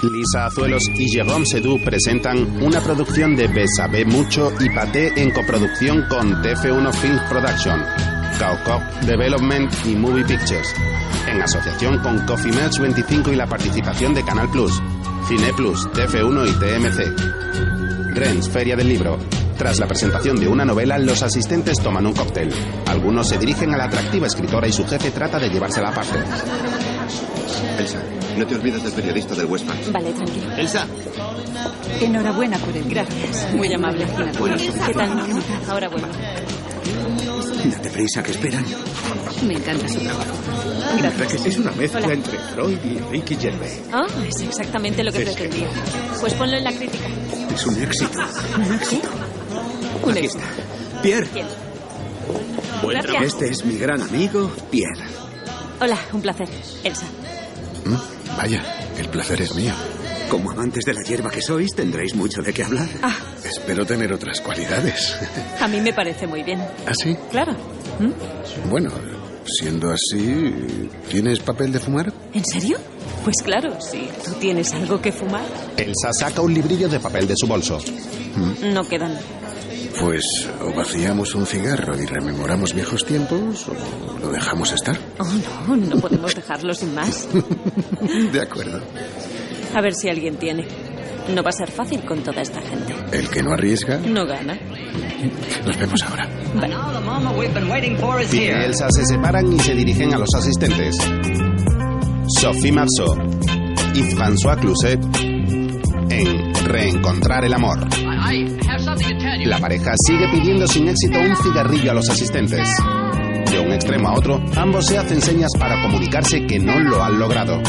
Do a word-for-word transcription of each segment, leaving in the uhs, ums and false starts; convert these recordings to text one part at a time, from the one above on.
Lisa Azuelos y Jérôme Sedou presentan una producción de Besabé Mucho y Paté en coproducción con T F uno Film Production, Caucop Development y Movie Pictures, en asociación con Coffee Merch veinticinco y la participación de Canal Plus, Cine Plus, T F uno y T M C. Rennes, Feria del Libro. Tras la presentación de una novela, los asistentes toman un cóctel. Algunos se dirigen a la atractiva escritora y su jefe trata de llevársela aparte. Elsa, no te olvides del periodista del West Park. Vale, tranquilo. Elsa. Enhorabuena por el gracias. Muy amable. Bueno, ¿qué tal, no? Ahora vuelvo. Date prisa, que esperan. Me encanta su trabajo. Gracias. Es una mezcla Hola. entre Freud y Ricky Gervais. Ah, es exactamente lo que Es pretendía. Pues ponlo en la crítica. Es un éxito. ¿Un éxito? Un Aquí éxito. está. Pierre. ¿Quién? Bueno, Gracias. este es mi gran amigo, Pierre. Hola, un placer. Elsa. ¿Mm? Vaya, el placer es mío. Como amantes de la hierba que sois, tendréis mucho de qué hablar. Ah, Espero tener otras cualidades. a mí me parece muy bien. ¿Ah, sí? Claro. ¿Mm? Bueno, siendo así, ¿tienes papel de fumar? ¿En serio? Pues claro, si tú tienes algo que fumar, Elsa saca un librillo de papel de su bolso. no quedan. Pues o vaciamos un cigarro y rememoramos viejos tiempos o lo dejamos estar. Oh, no, no podemos dejarlo sin más. De acuerdo. A ver si alguien tiene. No va a ser fácil con toda esta gente. El que no arriesga, No gana. nos vemos ahora. Pierre y Elsa se separan y se dirigen a los asistentes. Sophie Marceau y François Cluzet en Reencontrar el amor. La pareja sigue pidiendo sin éxito un cigarrillo a los asistentes. De un extremo a otro, ambos se hacen señas para comunicarse que no lo han logrado.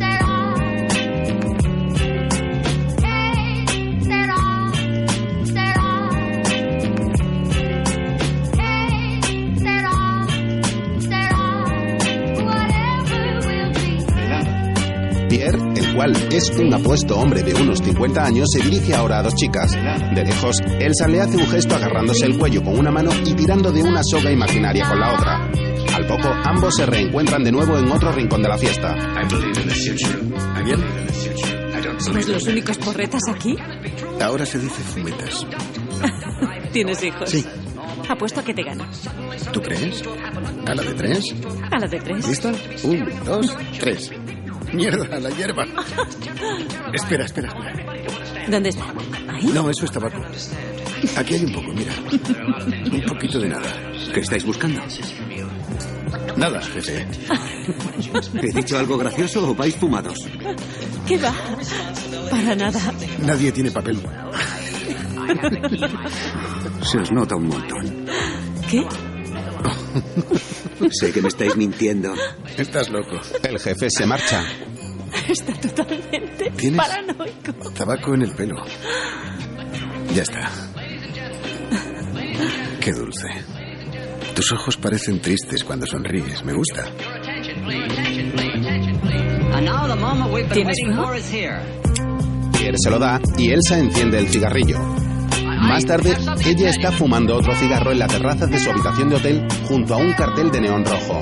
Pierre, el cual es un apuesto hombre de unos cincuenta años, se dirige ahora a dos chicas. De lejos, Elsa le hace un gesto agarrándose el cuello con una mano y tirando de una soga imaginaria con la otra. Al poco, ambos se reencuentran de nuevo en otro rincón de la fiesta. ¿Bien? ¿Somos los únicos porretas aquí? Ahora se dice fumetas. ¿Tienes hijos? Sí. Apuesto a que te gano. ¿Tú crees? ¿A la de tres? A la de tres. ¿Lista? Un, dos, tres. Mierda, la hierba. Espera, espera, espera. ¿Dónde está? ¿Ahí? No, eso es tabaco. Aquí hay un poco, mira. Un poquito de nada. ¿Qué estáis buscando? Nada, jefe. ¿He dicho algo gracioso o vais fumados? ¿Qué va? Para nada. Nadie tiene papel. Se os nota un montón. ¿Qué? Sé que me estáis mintiendo. Estás loco. El jefe se marcha. Está totalmente ¿Tienes? paranoico. Tabaco en el pelo. Ya está. Qué dulce. Tus ojos parecen tristes cuando sonríes. Me gusta. ¿Tienes fuego? Pierre se lo da y Elsa enciende el cigarrillo. Más tarde, ella está fumando otro cigarro en la terraza de su habitación de hotel junto a un cartel de neón rojo.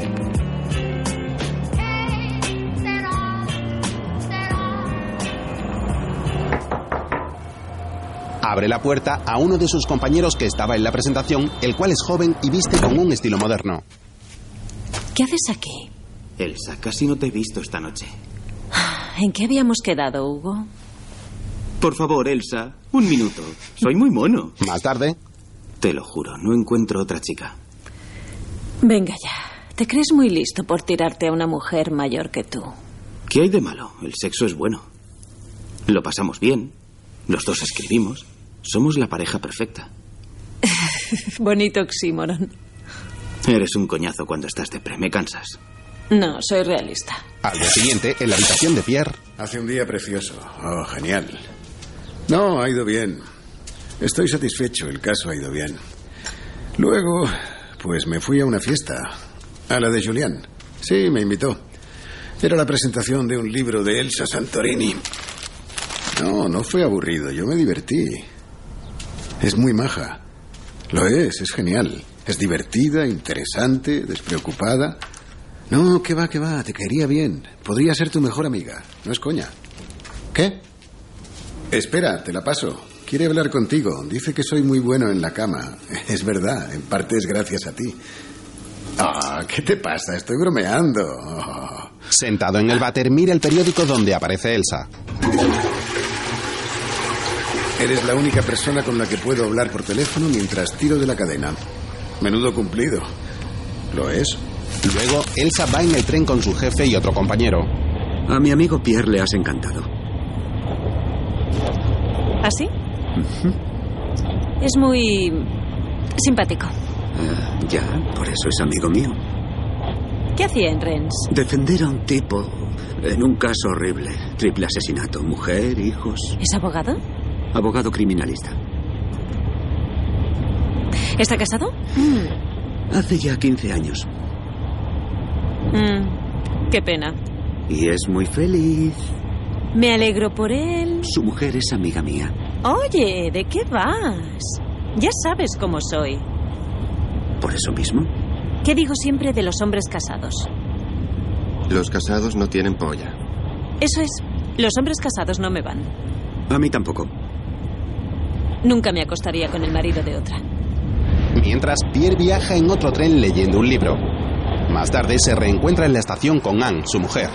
Abre la puerta a uno de sus compañeros que estaba en la presentación, el cual es joven y viste con un estilo moderno. ¿Qué haces aquí? Elsa, casi no te he visto esta noche. ¿En qué habíamos quedado, Hugo? Por favor, Elsa, un minuto. Soy muy mono. Más tarde, Te lo juro, no encuentro otra chica. Venga ya. Te crees muy listo por tirarte a una mujer mayor que tú. ¿Qué hay de malo? El sexo es bueno. Lo pasamos bien. Los dos escribimos. Somos la pareja perfecta. Bonito oxímoron. Eres un coñazo cuando estás depre. Me cansas. No, soy realista. al día siguiente, en la habitación de Pierre. Hace un día precioso. Oh, genial. No, ha ido bien. Estoy satisfecho, el caso ha ido bien. Luego, pues me fui a una fiesta. A la de Julián. Sí, me invitó. Era la presentación de un libro de Elsa Santorini. No, no fue aburrido, yo me divertí. Es muy maja. Lo es, es genial. Es divertida, interesante, despreocupada. No, que va, que va, te caería bien. Podría ser tu mejor amiga, no es coña. ¿Qué? Espera, te la paso. Quiere hablar contigo. Dice que soy muy bueno en la cama. Es verdad, en parte es gracias a ti. Ah, ¿qué te pasa? Estoy bromeando. Oh. Sentado en el váter, mira el periódico donde aparece Elsa. Eres la única persona con la que puedo hablar por teléfono mientras tiro de la cadena. Menudo cumplido. ¿Lo es? Luego, Elsa va en el tren con su jefe y otro compañero. A mi amigo Pierre le has encantado. ¿Así? Uh-huh. Es muy simpático. Uh, ya, por eso es amigo mío. ¿Qué hacía en Rennes? Defender a un tipo en un caso horrible. Triple asesinato. Mujer, hijos. ¿Es abogado? Abogado criminalista. ¿Está casado? Mm. Hace ya quince años. Mm, qué pena. Y es muy feliz. Me alegro por él. Su mujer es amiga mía. Oye, ¿de qué vas? Ya sabes cómo soy. ¿Por eso mismo? ¿Qué digo siempre de los hombres casados? Los casados no tienen polla. Eso es. Los hombres casados no me van. A mí tampoco. Nunca me acostaría con el marido de otra. Mientras, Pierre viaja en otro tren leyendo un libro. Más tarde se reencuentra en la estación con Anne, su mujer.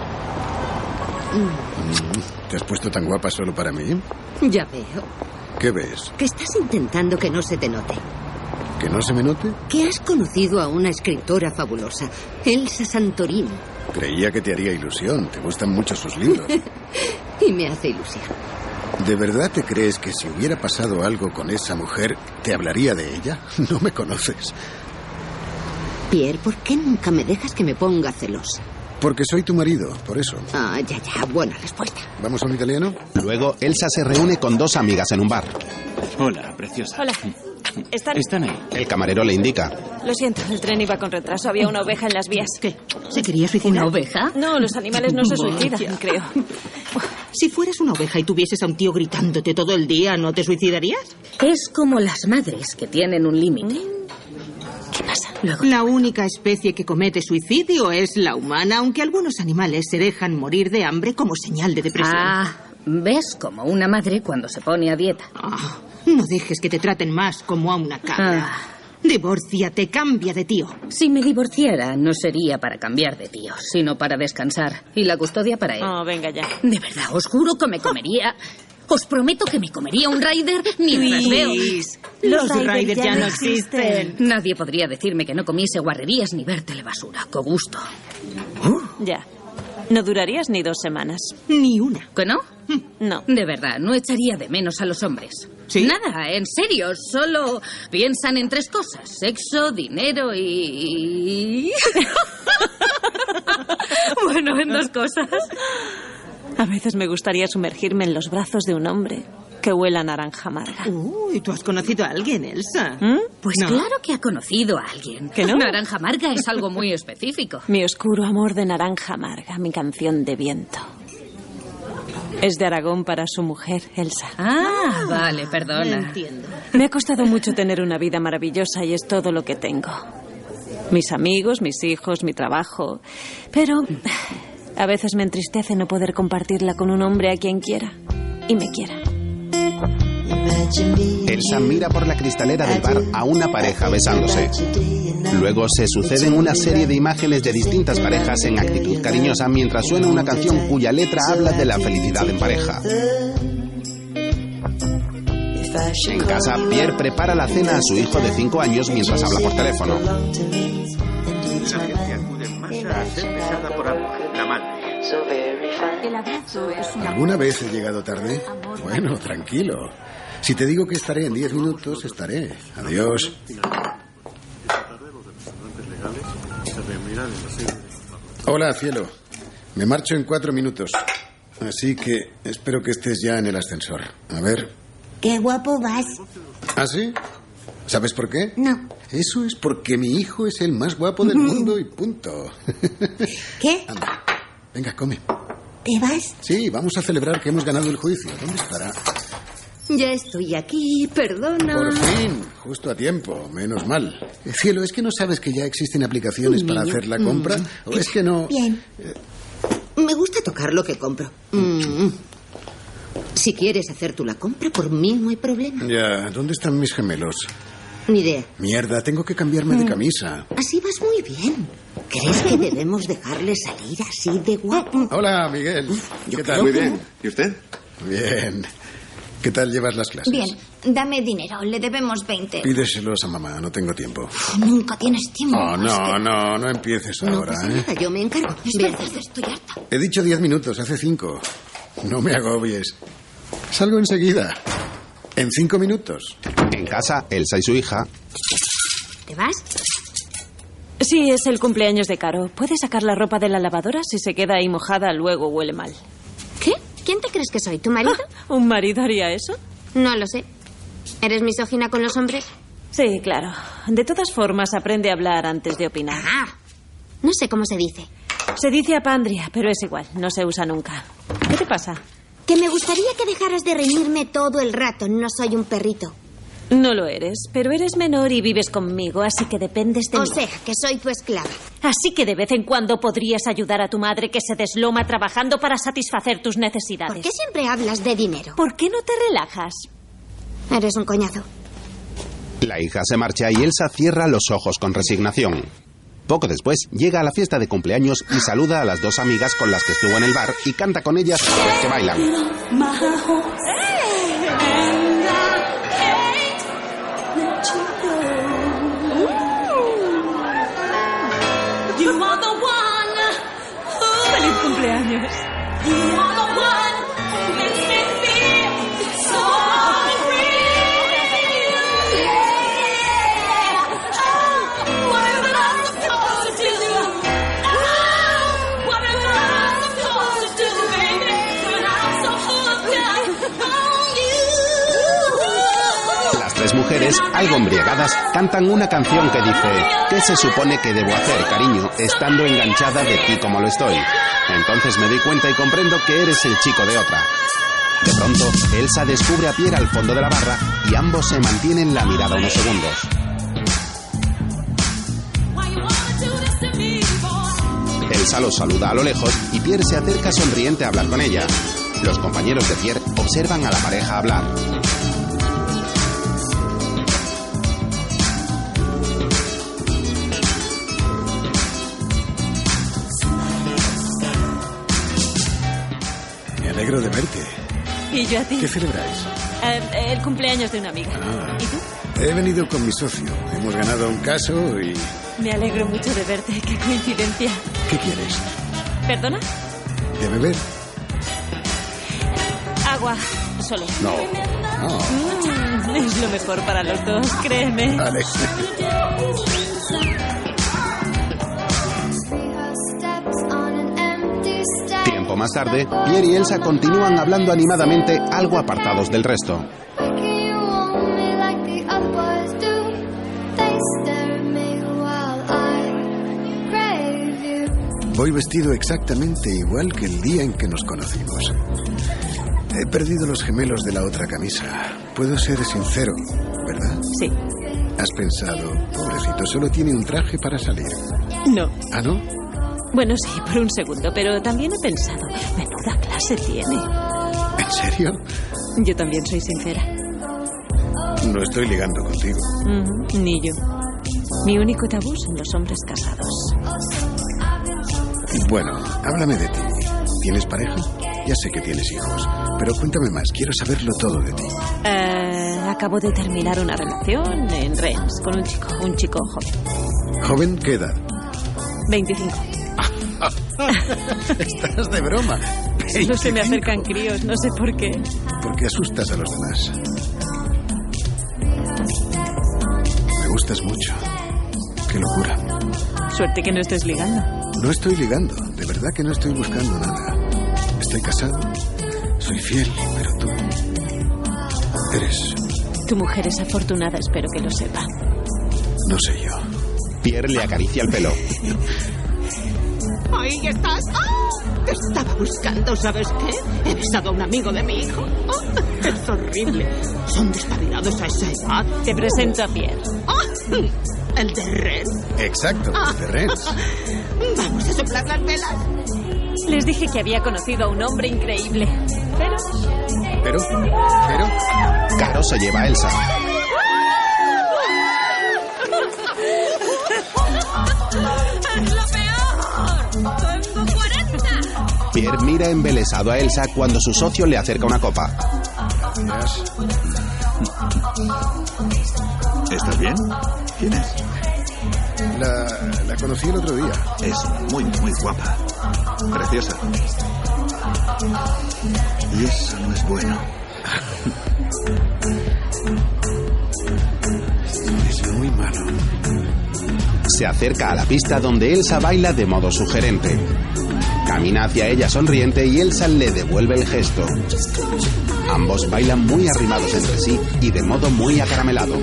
¿Te has puesto tan guapa solo para mí? Ya veo. ¿Qué ves? Que estás intentando que no se te note. ¿Que no se me note? Que has conocido a una escritora fabulosa, Elsa Santorini. Creía que te haría ilusión. Te gustan mucho sus libros. Y me hace ilusión. ¿De verdad te crees que si hubiera pasado algo con esa mujer, te hablaría de ella? No me conoces. Pierre, ¿por qué nunca me dejas que me ponga celosa? Porque soy tu marido, por eso. Ah, ya, ya, buena respuesta. ¿Vamos a un italiano? Luego, Elsa se reúne con dos amigas en un bar. Hola, preciosa. Hola. ¿Están? Están ahí. El camarero le indica. Lo siento, el tren iba con retraso. Había una oveja en las vías. ¿Qué? ¿Se quería suicidar? ¿Una oveja? No, los animales no se suicidan, creo. Si fueras una oveja y tuvieses a un tío gritándote todo el día, ¿no te suicidarías? Es como las madres que tienen un límite. ¿Qué pasa? Luego... La única especie que comete suicidio es la humana, aunque algunos animales se dejan morir de hambre como señal de depresión. Ah, ¿ves? Como una madre cuando se pone a dieta. Ah, no dejes que te traten más como a una cabra. Ah. Divórciate, cambia de tío. Si me divorciara, no sería para cambiar de tío, sino para descansar. Y la custodia para él. Oh, venga ya. De verdad, os juro que me comería... Os prometo que me comería un Rider mientras veo... Los, Los Riders ya, ya no existen. Nadie podría decirme que no comiese guarrerías ni ver telebasura. ¡Qué gusto! Uh. Ya. No durarías ni dos semanas. Ni una. ¿Que no? No. De verdad, no echaría de menos a los hombres. ¿Sí? Nada, en serio. Solo piensan en tres cosas. Sexo, dinero y... bueno, en dos cosas. A veces me gustaría sumergirme en los brazos de un hombre que huela a naranja amarga. Uy, ¿tú has conocido a alguien, Elsa? ¿Mm? Pues no. Claro que ha conocido a alguien. ¿Que no? Naranja amarga es algo muy específico. Mi oscuro amor de naranja amarga, mi canción de viento. Es de Aragón para su mujer, Elsa. Ah, ah vale, perdona. Entiendo. Me ha costado mucho tener una vida maravillosa y es todo lo que tengo. Mis amigos, mis hijos, mi trabajo. Pero... a veces me entristece no poder compartirla con un hombre a quien quiera y me quiera. Elsa mira por la cristalera del bar a una pareja besándose. Luego se suceden una serie de imágenes de distintas parejas en actitud cariñosa mientras suena una canción cuya letra habla de la felicidad en pareja. En casa, Pierre prepara la cena a su hijo de cinco años mientras habla por teléfono. La gente acude en masa a ser besada por amor, la madre. El abrazo es una... ¿Alguna vez he llegado tarde? Bueno, tranquilo. Si te digo que estaré en diez minutos, estaré. Adiós. Hola, cielo. Me marcho en cuatro minutos. Así que espero que estés ya en el ascensor. A ver. Qué guapo vas. ¿Ah, sí? ¿Sabes por qué? No. Eso es porque mi hijo es el más guapo del mundo y punto. ¿Qué? Anda, venga, come. ¿Te vas? Sí, vamos a celebrar que hemos ganado el juicio. ¿Dónde estará? Ya estoy aquí, perdona. Por fin, justo a tiempo, menos mal. Cielo, ¿es que no sabes que ya existen aplicaciones para hacer la compra? ¿O es que no...? Bien. Me gusta tocar lo que compro. Mm. Si quieres hacer tú la compra, por mí no hay problema. Ya, ¿dónde están mis gemelos? Ni idea. Mierda, tengo que cambiarme de camisa. Así vas muy bien. ¿Crees que debemos dejarle salir así de guapo? Hola, Miguel. Yo ¿Qué creo tal? Muy bien. ¿Y usted? Bien. ¿Qué tal llevas las clases? Bien, dame dinero, le debemos veinte. Pídeselos a mamá, no tengo tiempo. Nunca tienes tiempo. Oh, no, no, no empieces No ahora, pasa ¿eh? nada, yo me encargo. Es Bien. verdad, estoy harta. He dicho diez minutos, hace cinco. No me agobies. Salgo enseguida. En cinco minutos. En casa, Elsa y su hija. ¿Te vas? Sí, es el cumpleaños de Caro. ¿Puede sacar la ropa de la lavadora? Si se queda ahí mojada, luego huele mal. ¿Qué? ¿Quién te crees que soy? ¿Tu marido? ¿Un marido haría eso? No lo sé. ¿Eres misógina con los hombres? Sí, claro. De todas formas, aprende a hablar antes de opinar. Ah, no sé cómo se dice. Se dice apandria, pero es igual, no se usa nunca. ¿Qué te pasa? Que me gustaría que dejaras de reñirme todo el rato. No soy un perrito. No lo eres, pero eres menor y vives conmigo, así que dependes de O mí. sea, que soy tu esclava. Así que de vez en cuando podrías ayudar a tu madre que se desloma trabajando para satisfacer tus necesidades. ¿Por qué siempre hablas de dinero? ¿Por qué no te relajas? Eres un coñazo. La hija se marcha y Elsa cierra los ojos con resignación. Poco después, llega a la fiesta de cumpleaños y saluda a las dos amigas con las que estuvo en el bar y canta con ellas a la vez que bailan. ¡Feliz cumpleaños! Las tres mujeres, algo embriagadas, cantan una canción que dice: ¿qué se supone que debo hacer, cariño, estando enganchada de ti como lo estoy? Entonces me doy cuenta y comprendo que eres el chico de otra. De pronto, Elsa descubre a Pierre al fondo de la barra y ambos se mantienen la mirada unos segundos. Elsa los saluda a lo lejos y Pierre se acerca sonriente a hablar con ella. Los compañeros de Pierre observan a la pareja hablar. Me alegro de verte. ¿Y yo a ti? ¿Qué celebráis? Eh, el cumpleaños de una amiga. Ah. ¿Y tú? He venido con mi socio. Hemos ganado un caso y... Me alegro mucho de verte. Qué coincidencia. ¿Qué quieres? ¿Perdona? ¿De beber? Agua. Solo. No. No. Mm, es lo mejor para los dos, créeme. Vale. Tiempo más tarde, Pierre y Elsa continúan hablando animadamente, algo apartados del resto. Voy vestido exactamente igual que el día en que nos conocimos. He perdido los gemelos de la otra camisa. Puedo ser sincero, ¿verdad? Sí. Has pensado, pobrecito, solo tiene un traje para salir. No. ¿Ah, no? Bueno, sí, por un segundo, pero también he pensado, menuda clase tiene. ¿En serio? Yo también soy sincera. No estoy ligando contigo. Mm, ni yo. Mi único tabú son los hombres casados. Bueno, háblame de ti. ¿Tienes pareja? Ya sé que tienes hijos, pero cuéntame más. Quiero saberlo todo de ti. Eh, acabo de terminar una relación en Rennes con un chico, un chico joven. ¿Joven qué edad? veinticinco. Estás de broma. Solo se me acercan críos, no sé por qué. Porque asustas a los demás. Me gustas mucho. Qué locura. Suerte que no estés ligando. No estoy ligando. De verdad que no estoy buscando nada. Estoy casado. Soy fiel, pero tú... eres... Tu mujer es afortunada, espero que lo sepa. No sé yo. Pierre le acaricia el pelo. Ahí estás. ¡Ah! Te estaba buscando, ¿sabes qué? He besado a un amigo de mi hijo. ¡Ah! Es horrible. Son despabilados a esa edad. Te presento a Pierre. ¡Ah! ¿El de Ren? Exacto, Ah. el de Rennes. ¿Vamos a soplar las velas? Les dije que había conocido a un hombre increíble. Pero... Cero, Cero. Caro se lleva a Elsa. ¡Es lo peor! ¡Tengo cuarenta! Pierre mira embelesado a Elsa cuando su socio le acerca una copa. Gracias. ¿Estás bien? ¿Quién es? La, la conocí el otro día. Es muy, muy guapa. Preciosa. Y eso no es bueno. Es muy malo. Se acerca a la pista donde Elsa baila de modo sugerente. Camina hacia ella sonriente y Elsa le devuelve el gesto. Ambos bailan muy arrimados entre sí y de modo muy acaramelado.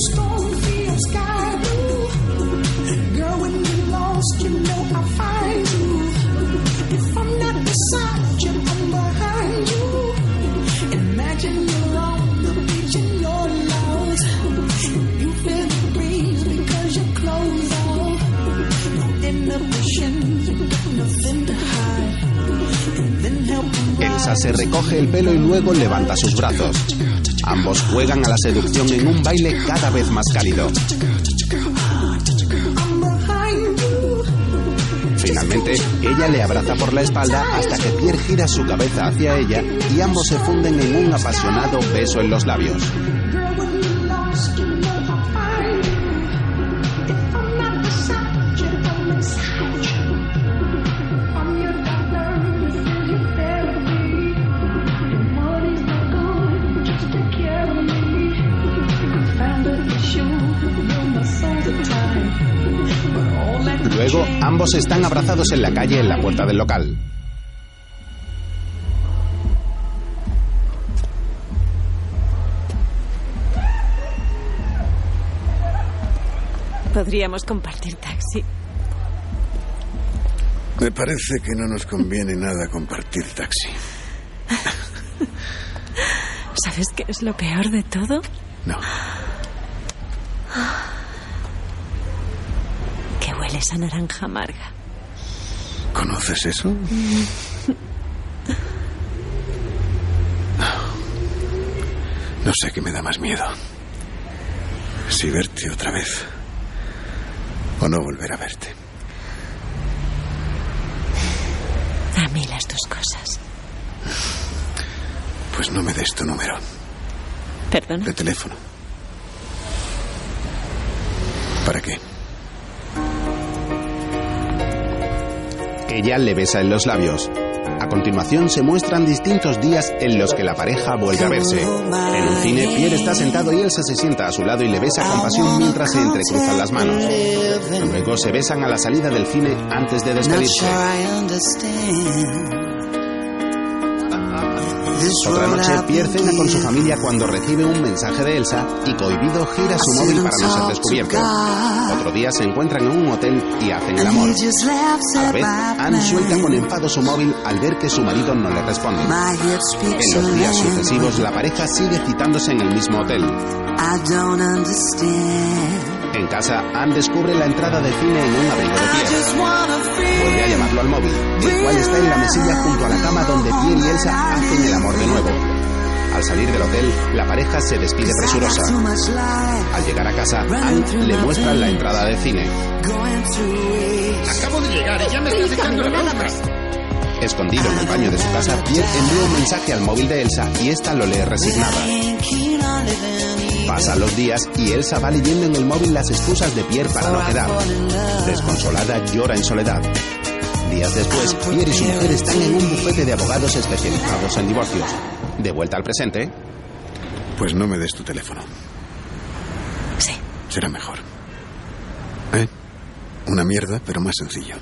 Elsa se recoge el pelo y luego levanta sus brazos. Ambos juegan a la seducción en un baile cada vez más cálido. Finalmente, ella le abraza por la espalda hasta que Pierre gira su cabeza hacia ella y ambos se funden en un apasionado beso en los labios. Luego, ambos están abrazados en la calle en la puerta del local. Podríamos compartir taxi. Me parece que no nos conviene nada compartir taxi. ¿Sabes qué es lo peor de todo? No. Que hueles a naranja amarga. ¿Conoces eso? No. No sé qué me da más miedo. Si verte otra vez o no volver a verte. A mí las dos cosas. Pues no me des tu número. ¿Perdón? De teléfono. ¿Para qué? Ella le besa en los labios. A continuación se muestran distintos días en los que la pareja vuelve a verse. En un cine, Pierre está sentado y Elsa se sienta a su lado y le besa con pasión mientras se entrecruzan las manos. Luego se besan a la salida del cine antes de despedirse. Otra noche, Pierre cena con su familia cuando recibe un mensaje de Elsa y cohibido gira su móvil para no ser descubierto. Otro día se encuentran en un hotel y hacen el amor. A la vez, Anne suelta con enfado su móvil al ver que su marido no le responde. En los días sucesivos, la pareja sigue citándose en el mismo hotel. En casa, Anne descubre la entrada de cine en un abrigo de Pierre. Vuelve a llamarlo al móvil, el cual está en la mesilla junto a la cama donde Pierre y Elsa hacen el amor de nuevo. Al salir del hotel, la pareja se despide presurosa. Al llegar a casa, Anne le muestra la entrada de cine. Acabo de llegar y ya me estás echando la bronca. Escondido en el baño de su casa, Pierre envía un mensaje al móvil de Elsa y esta lo lee resignada. Pasan los días y Elsa va leyendo en el móvil las excusas de Pierre para no quedar. Desconsolada, llora en soledad. Días después, Pierre y su mujer están en un bufete de abogados especializados en divorcios. De vuelta al presente. Pues no me des tu teléfono. Sí. Será mejor. ¿Eh? Una mierda, pero más sencillo.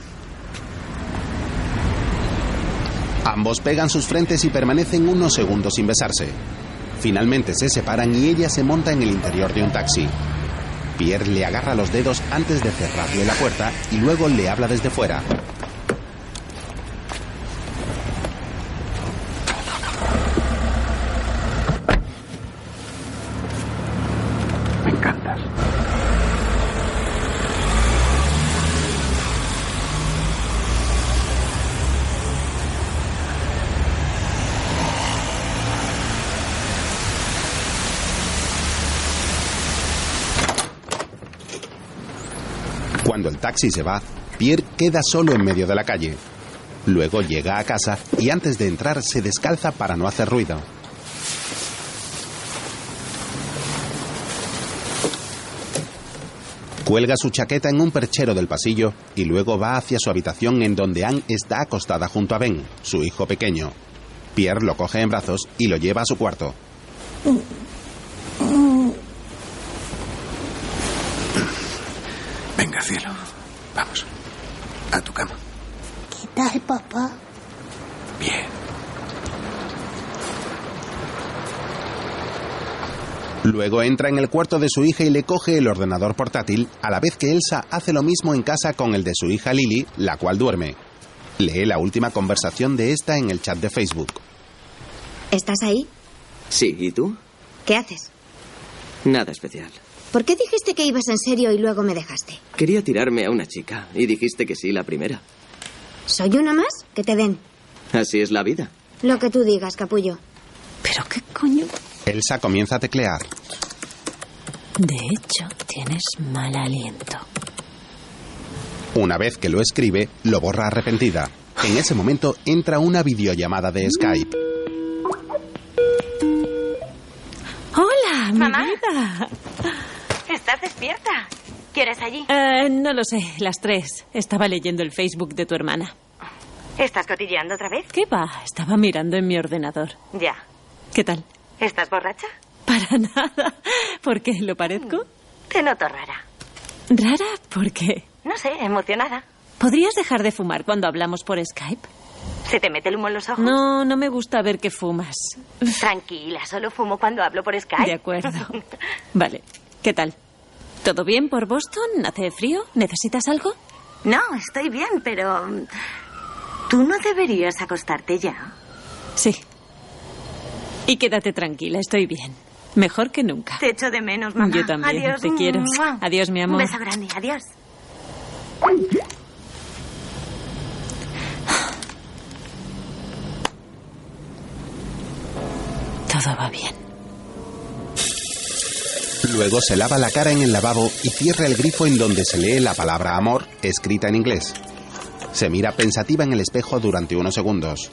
Ambos pegan sus frentes y permanecen unos segundos sin besarse. Finalmente se separan y ella se monta en el interior de un taxi. Pierre le agarra los dedos antes de cerrarle la puerta y luego le habla desde fuera. Me encantas. Cuando el taxi se va, Pierre queda solo en medio de la calle. Luego llega a casa y antes de entrar se descalza para no hacer ruido. Cuelga su chaqueta en un perchero del pasillo y luego va hacia su habitación en donde Anne está acostada junto a Ben, su hijo pequeño. Pierre lo coge en brazos y lo lleva a su cuarto. Venga, cielo. Vamos. A tu cama. ¿Qué tal, papá? Bien. Luego entra en el cuarto de su hija y le coge el ordenador portátil, a la vez que Elsa hace lo mismo en casa con el de su hija Lily, la cual duerme. Lee la última conversación de esta en el chat de Facebook. ¿Estás ahí? Sí, ¿y tú? ¿Qué haces? Nada especial. ¿Por qué dijiste que ibas en serio y luego me dejaste? Quería tirarme a una chica y dijiste que sí la primera. ¿Soy una más? Que te den. Así es la vida. Lo que tú digas, capullo. ¿Pero qué coño? Elsa comienza a teclear. De hecho, tienes mal aliento. Una vez que lo escribe, lo borra arrepentida. En ese momento entra una videollamada de Skype. ¡Hola, mi Mamá. vida! ¿Estás despierta? ¿Qué hora es allí? Eh, no lo sé, las tres. Estaba leyendo el Facebook de tu hermana. ¿Estás cotilleando otra vez? ¿Qué va? Estaba mirando en mi ordenador. Ya. ¿Qué tal? ¿Estás borracha? Para nada. ¿Por qué? ¿Lo parezco? Te noto rara. ¿Rara? ¿Por qué? No sé, emocionada. ¿Podrías dejar de fumar cuando hablamos por Skype? ¿Se te mete el humo en los ojos? No, no me gusta ver que fumas. Tranquila, solo fumo cuando hablo por Skype. De acuerdo. Vale. ¿Qué tal? ¿Todo bien por Boston? ¿Hace frío? ¿Necesitas algo? No, estoy bien, pero... ¿Tú no deberías acostarte ya? Sí. Y quédate tranquila, estoy bien. Mejor que nunca. Te echo de menos, mamá. Yo también, Adiós. te quiero. ¡Mua! Adiós, mi amor. Un beso grande, adiós. Todo va bien. Luego se lava la cara en el lavabo y cierra el grifo en donde se lee la palabra amor, escrita en inglés. Se mira pensativa en el espejo durante unos segundos.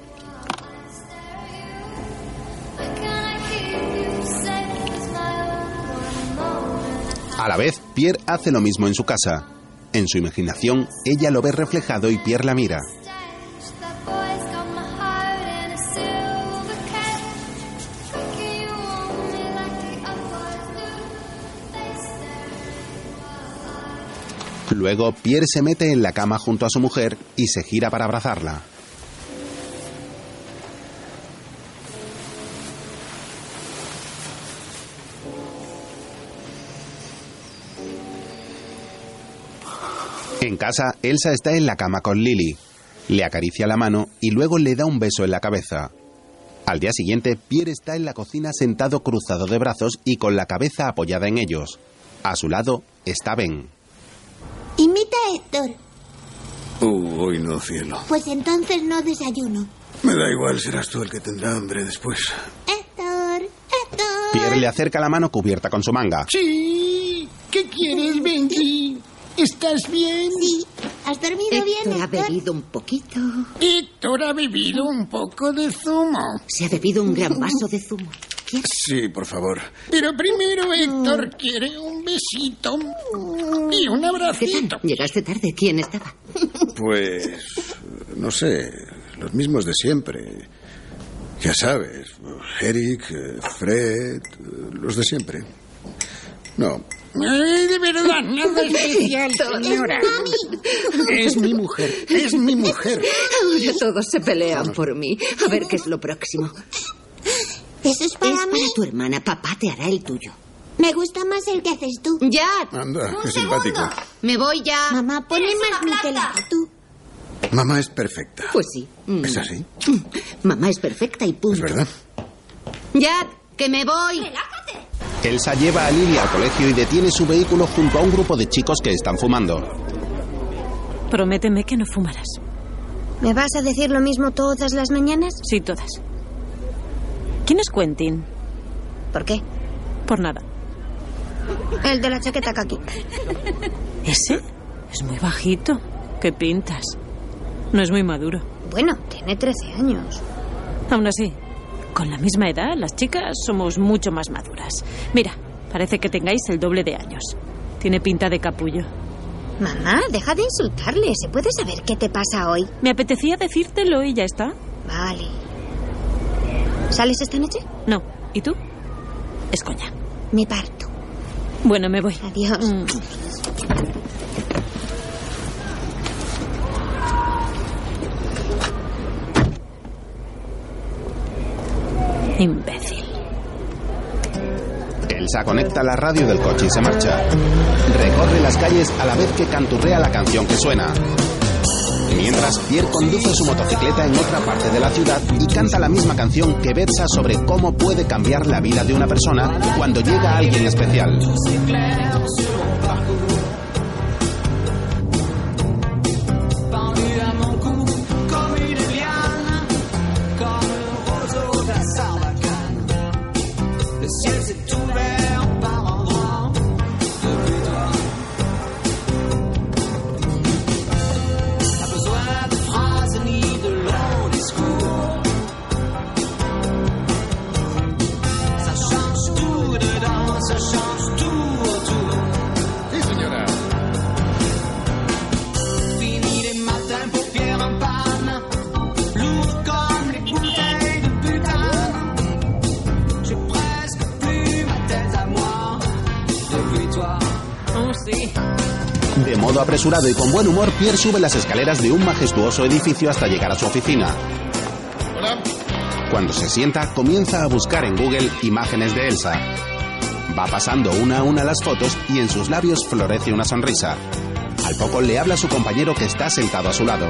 A la vez, Pierre hace lo mismo en su casa. En su imaginación, ella lo ve reflejado y Pierre la mira. Luego, Pierre se mete en la cama junto a su mujer y se gira para abrazarla. En casa, Elsa está en la cama con Lily. Le acaricia la mano y luego le da un beso en la cabeza. Al día siguiente, Pierre está en la cocina sentado cruzado de brazos y con la cabeza apoyada en ellos. A su lado está Ben. Imita a Héctor. Uh, hoy no, cielo. Pues entonces no desayuno. Me da igual, serás tú el que tendrá hambre después. Héctor, Héctor. Pierre le acerca la mano cubierta con su manga. Sí. ¿Qué quieres, Benji? ¿Estás bien? Sí. ¿Has dormido Héctor bien, Héctor? ha bebido un poquito. Héctor ha bebido un poco de zumo. Se ha bebido un gran vaso de zumo. ¿Quieres? Sí, por favor. Pero primero Héctor quiere un besito y un ¿Qué abracito. tal? Llegaste tarde. ¿Quién estaba? Pues... no sé, los mismos de siempre. Ya sabes, Eric, Fred, los de siempre. No. Ay, de verdad, nada especial, señora. Es mi mujer, es mi mujer. Ahora todos se pelean por mí. A ver qué es lo próximo. ¿Eso es para Es mí? para tu hermana. Papá te hará el tuyo. Me gusta más el que haces tú. ¡Ya! Anda, qué simpático. Me voy ya. Mamá, ponle más Nutella que tú. Mamá es perfecta. Pues sí. Mm. ¿Es así? Mamá es perfecta y punto. Es verdad. Ya, que me voy. Elsa lleva a Lily al colegio y detiene su vehículo junto a un grupo de chicos que están fumando. Prométeme que no fumarás. ¿Me vas a decir lo mismo todas las mañanas? Sí, todas. ¿Quién es Quentin? ¿Por qué? Por nada. El de la chaqueta kaki. ¿Ese? Es muy bajito. ¿Qué pintas? No es muy maduro. Bueno, tiene trece años. Aún así, con la misma edad, las chicas somos mucho más maduras. Mira, parece que tengáis el doble de años. Tiene pinta de capullo. Mamá, deja de insultarle. ¿Se puede saber qué te pasa hoy? Me apetecía decírtelo y ya está. Vale. ¿Sales esta noche? No. ¿Y tú? Es coña. Me parto. Bueno, me voy. Adiós. Mm. Imbécil. Elsa conecta la radio del coche y se marcha. Recorre las calles a la vez que canturrea la canción que suena. Mientras, Pierre conduce su motocicleta en otra parte de la ciudad y canta la misma canción que versa sobre cómo puede cambiar la vida de una persona cuando llega alguien especial. De modo apresurado y con buen humor, Pierre sube las escaleras de un majestuoso edificio hasta llegar a su oficina. Hola. Cuando se sienta, comienza a buscar en Google imágenes de Elsa. Va pasando una a una las fotos y en sus labios florece una sonrisa. Al poco le habla a su compañero que está sentado a su lado.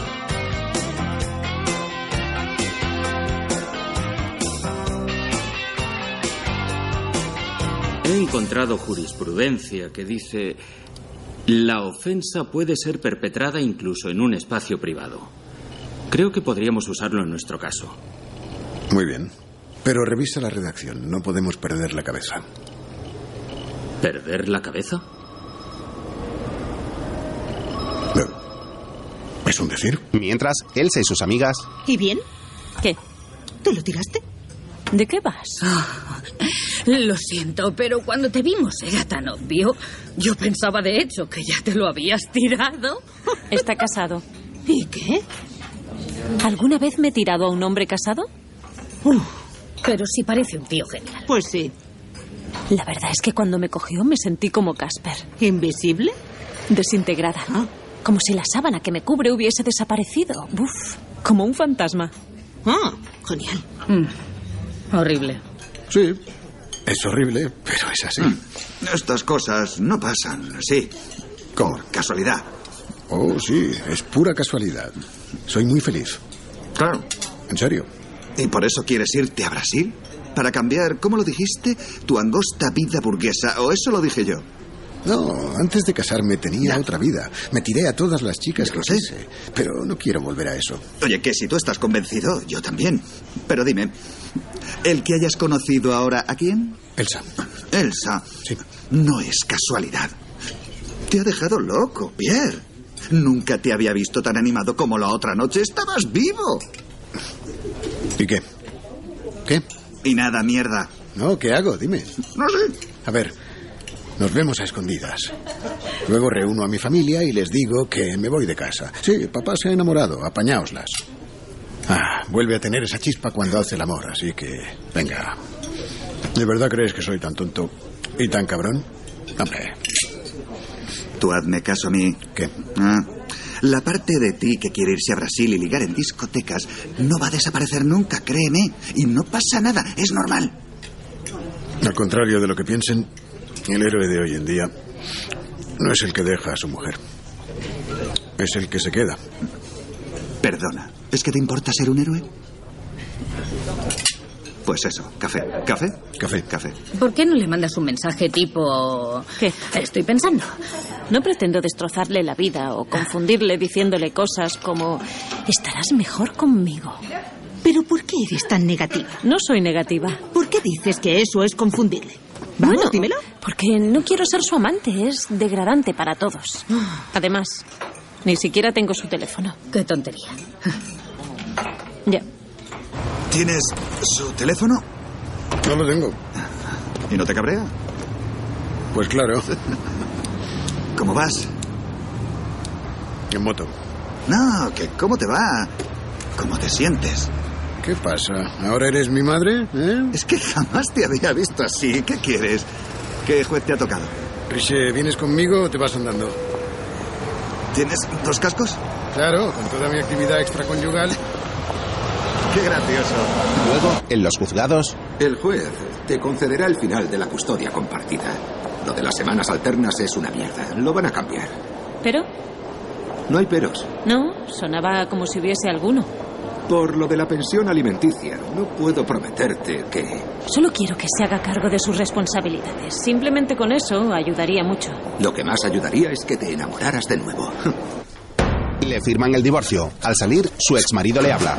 He encontrado jurisprudencia que dice: la ofensa puede ser perpetrada incluso en un espacio privado. Creo que podríamos usarlo en nuestro caso. Muy bien. Pero revisa la redacción. No podemos perder la cabeza. ¿Perder la cabeza? ¿Es un decir? Mientras, Elsa y sus amigas... ¿Y bien? ¿Qué? ¿Tú lo tiraste? ¿De qué vas? Ah, lo siento, pero cuando te vimos era tan obvio. Yo pensaba, de hecho, que ya te lo habías tirado. Está casado. ¿Y qué? ¿Alguna vez me he tirado a un hombre casado? Uh, pero sí parece un tío genial. Pues sí. La verdad es que cuando me cogió me sentí como Casper. ¿Invisible? Desintegrada. ¿Ah? Como si la sábana que me cubre hubiese desaparecido. Uf, como un fantasma. Ah, genial. Mm. Horrible. Sí, es horrible, pero es así. Mm. Estas cosas no pasan así. ¿Cómo? Por casualidad. Oh, sí, es pura casualidad. Soy muy feliz. Claro. ¿En serio? ¿Y por eso quieres irte a Brasil? Para cambiar, ¿cómo lo dijiste? Tu angosta vida burguesa. ¿O eso lo dije yo? No, antes de casarme tenía ya. otra vida. Me tiré a todas las chicas que quise, pero no quiero volver a eso. Oye, que si tú estás convencido, yo también. Pero dime, ¿el que hayas conocido ahora a quién? Elsa. Elsa. Sí. No es casualidad. Te ha dejado loco, Pierre. Nunca te había visto tan animado como la otra noche. ¡Estabas vivo! ¿Y qué? ¿Qué? Y nada, mierda. No, ¿qué hago? Dime. No sé. A ver, nos vemos a escondidas. Luego reúno a mi familia y les digo que me voy de casa. Sí, papá se ha enamorado, apañaoslas. Ah, vuelve a tener esa chispa cuando hace el amor, así que... Venga. ¿De verdad crees que soy tan tonto y tan cabrón? Hombre. Tú hazme caso a mí. ¿Qué? Ah, la parte de ti que quiere irse a Brasil y ligar en discotecas no va a desaparecer nunca, créeme. Y no pasa nada, es normal. Al contrario de lo que piensen, el héroe de hoy en día no es el que deja a su mujer. Es el que se queda. Perdona, ¿es que te importa ser un héroe? Pues eso, café. ¿Café? Café. Café. ¿Por qué no le mandas un mensaje tipo... ¿Qué? Estoy pensando. No pretendo destrozarle la vida o confundirle diciéndole cosas como... Estarás mejor conmigo. ¿Pero por qué eres tan negativa? No soy negativa. ¿Por qué dices que eso es confundirle? Vamos, Bueno, dímelo. Porque no quiero ser su amante. Es degradante para todos. Además, ni siquiera tengo su teléfono. Qué tontería. Ya. ¿Tienes su teléfono? No lo tengo. ¿Y no te cabrea? Pues claro. ¿Cómo vas? En moto. No, que ¿cómo te va? ¿Cómo te sientes? ¿Qué pasa? ¿Ahora eres mi madre? ¿Eh? Es que jamás te había visto así. ¿Qué quieres? ¿Qué juez te ha tocado? Riche, ¿vienes conmigo o te vas andando? ¿Tienes dos cascos? Claro, con toda mi actividad extraconyugal. ¡Qué gracioso! Luego, en los juzgados... El juez te concederá el final de la custodia compartida. Lo de las semanas alternas es una mierda. Lo van a cambiar. ¿Pero? No hay peros. No, sonaba como si hubiese alguno. Por lo de la pensión alimenticia, no puedo prometerte que... Solo quiero que se haga cargo de sus responsabilidades. Simplemente con eso ayudaría mucho. Lo que más ayudaría es que te enamoraras de nuevo. Le firman el divorcio. Al salir, su exmarido le habla.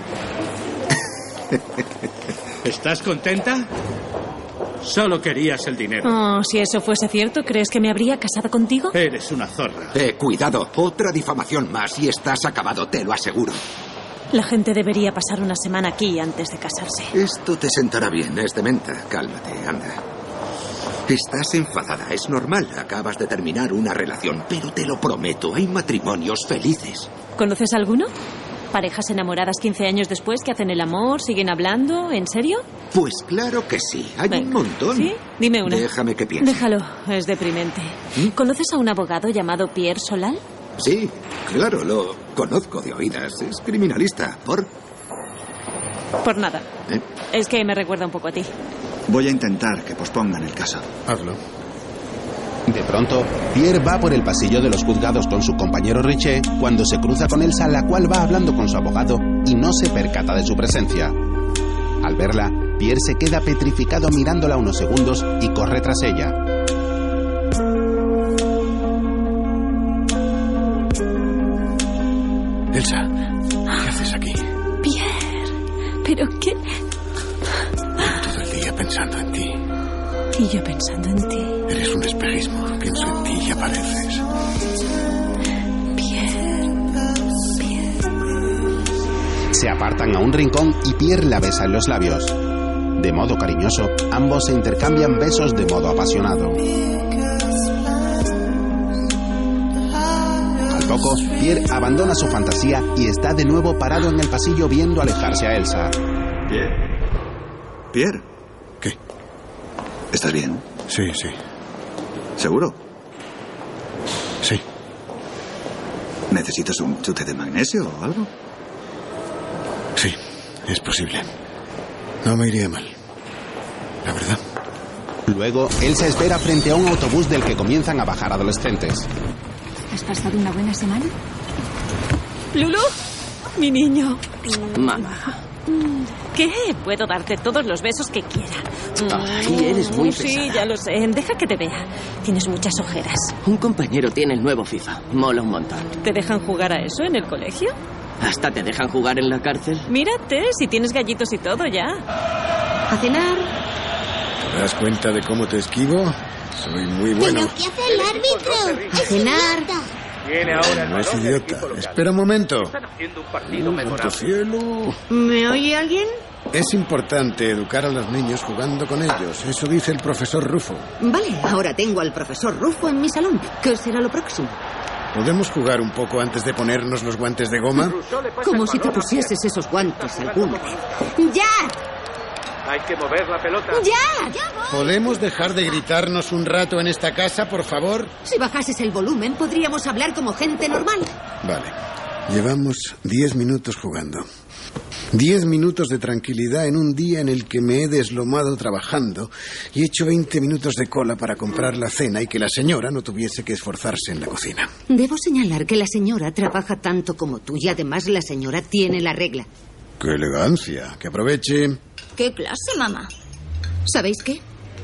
¿Estás contenta? Solo querías el dinero. Oh, si eso fuese cierto, ¿crees que me habría casado contigo? Eres una zorra. Eh, cuidado. Otra difamación más y estás acabado, te lo aseguro. La gente debería pasar una semana aquí antes de casarse. Esto te sentará bien, es de menta. Cálmate, anda. Estás enfadada, es normal. Acabas de terminar una relación, pero te lo prometo, hay matrimonios felices. ¿Conoces alguno? ¿Parejas enamoradas quince años después que hacen el amor, siguen hablando? ¿En serio? Pues claro que sí, hay Venga. un montón. ¿Sí? Dime una. Déjame que piense. Déjalo, es deprimente. ¿Mm? ¿Conoces a un abogado llamado Pierre Solal? Sí, claro, lo conozco de oídas. Es criminalista. ¿Por? Por nada. ¿Eh? Es que me recuerda un poco a ti. Voy a intentar que pospongan el caso. Hazlo. De pronto, Pierre va por el pasillo de los juzgados con su compañero Riche cuando se cruza con Elsa, la cual va hablando con su abogado y no se percata de su presencia. Al verla, Pierre se queda petrificado mirándola unos segundos y corre tras ella. Elsa, ¿qué haces aquí? Pierre, ¿pero qué? Llevo todo el día pensando en ti. Y yo pensando en ti. Eres un espejismo. Pienso en ti y apareces. Pierre, Pierre. Se apartan a un rincón y Pierre la besa en los labios. De modo cariñoso, ambos se intercambian besos de modo apasionado. Al poco, Pierre abandona su fantasía y está de nuevo parado en el pasillo viendo alejarse a Elsa. Pierre. Pierre. ¿Qué? ¿Estás bien? Sí, sí. ¿Seguro? Sí. ¿Necesitas un chute de magnesio o algo? Sí, es posible. No me iría mal. La verdad. Luego, Elsa espera frente a un autobús del que comienzan a bajar adolescentes. ¿Has pasado una buena semana? ¿Lulu? Mi niño. Mamá. ¿Qué? Puedo darte todos los besos que quiera. Ay, eres muy Sí, pesada. ya lo sé. Deja que te vea. Tienes muchas ojeras. Un compañero tiene el nuevo FIFA. Mola un montón. ¿Te dejan jugar a eso en el colegio? ¿Hasta te dejan jugar en la cárcel? Mírate, si tienes gallitos y todo ya. A cenar. ¿Te das cuenta de cómo te esquivo? Soy muy bueno. ¿Pero qué hace el árbitro? A cenar. Viene ahora No es idiota. Espera un momento. Están haciendo un partido ¡Por mejorable. cielo! ¿Me oye alguien? Es importante educar a los niños jugando con ellos. Eso dice el profesor Rufo. Vale, ahora tengo al profesor Rufo en mi salón. ¿Qué será lo próximo? ¿Podemos jugar un poco antes de ponernos los guantes de goma? Como si te pusieses esos guantes alguna vez. ¡Ya! Hay que mover la pelota. ¡Ya! ¡Ya voy! ¿Podemos dejar de gritarnos un rato en esta casa, por favor? Si bajases el volumen, podríamos hablar como gente normal. Vale. Llevamos diez minutos jugando. Diez minutos de tranquilidad en un día en el que me he deslomado trabajando y he hecho veinte minutos de cola para comprar la cena y que la señora no tuviese que esforzarse en la cocina. Debo señalar que la señora trabaja tanto como tú y además la señora tiene la regla. ¡Qué elegancia! Que aproveche. ¿Qué clase, mamá? ¿Sabéis qué?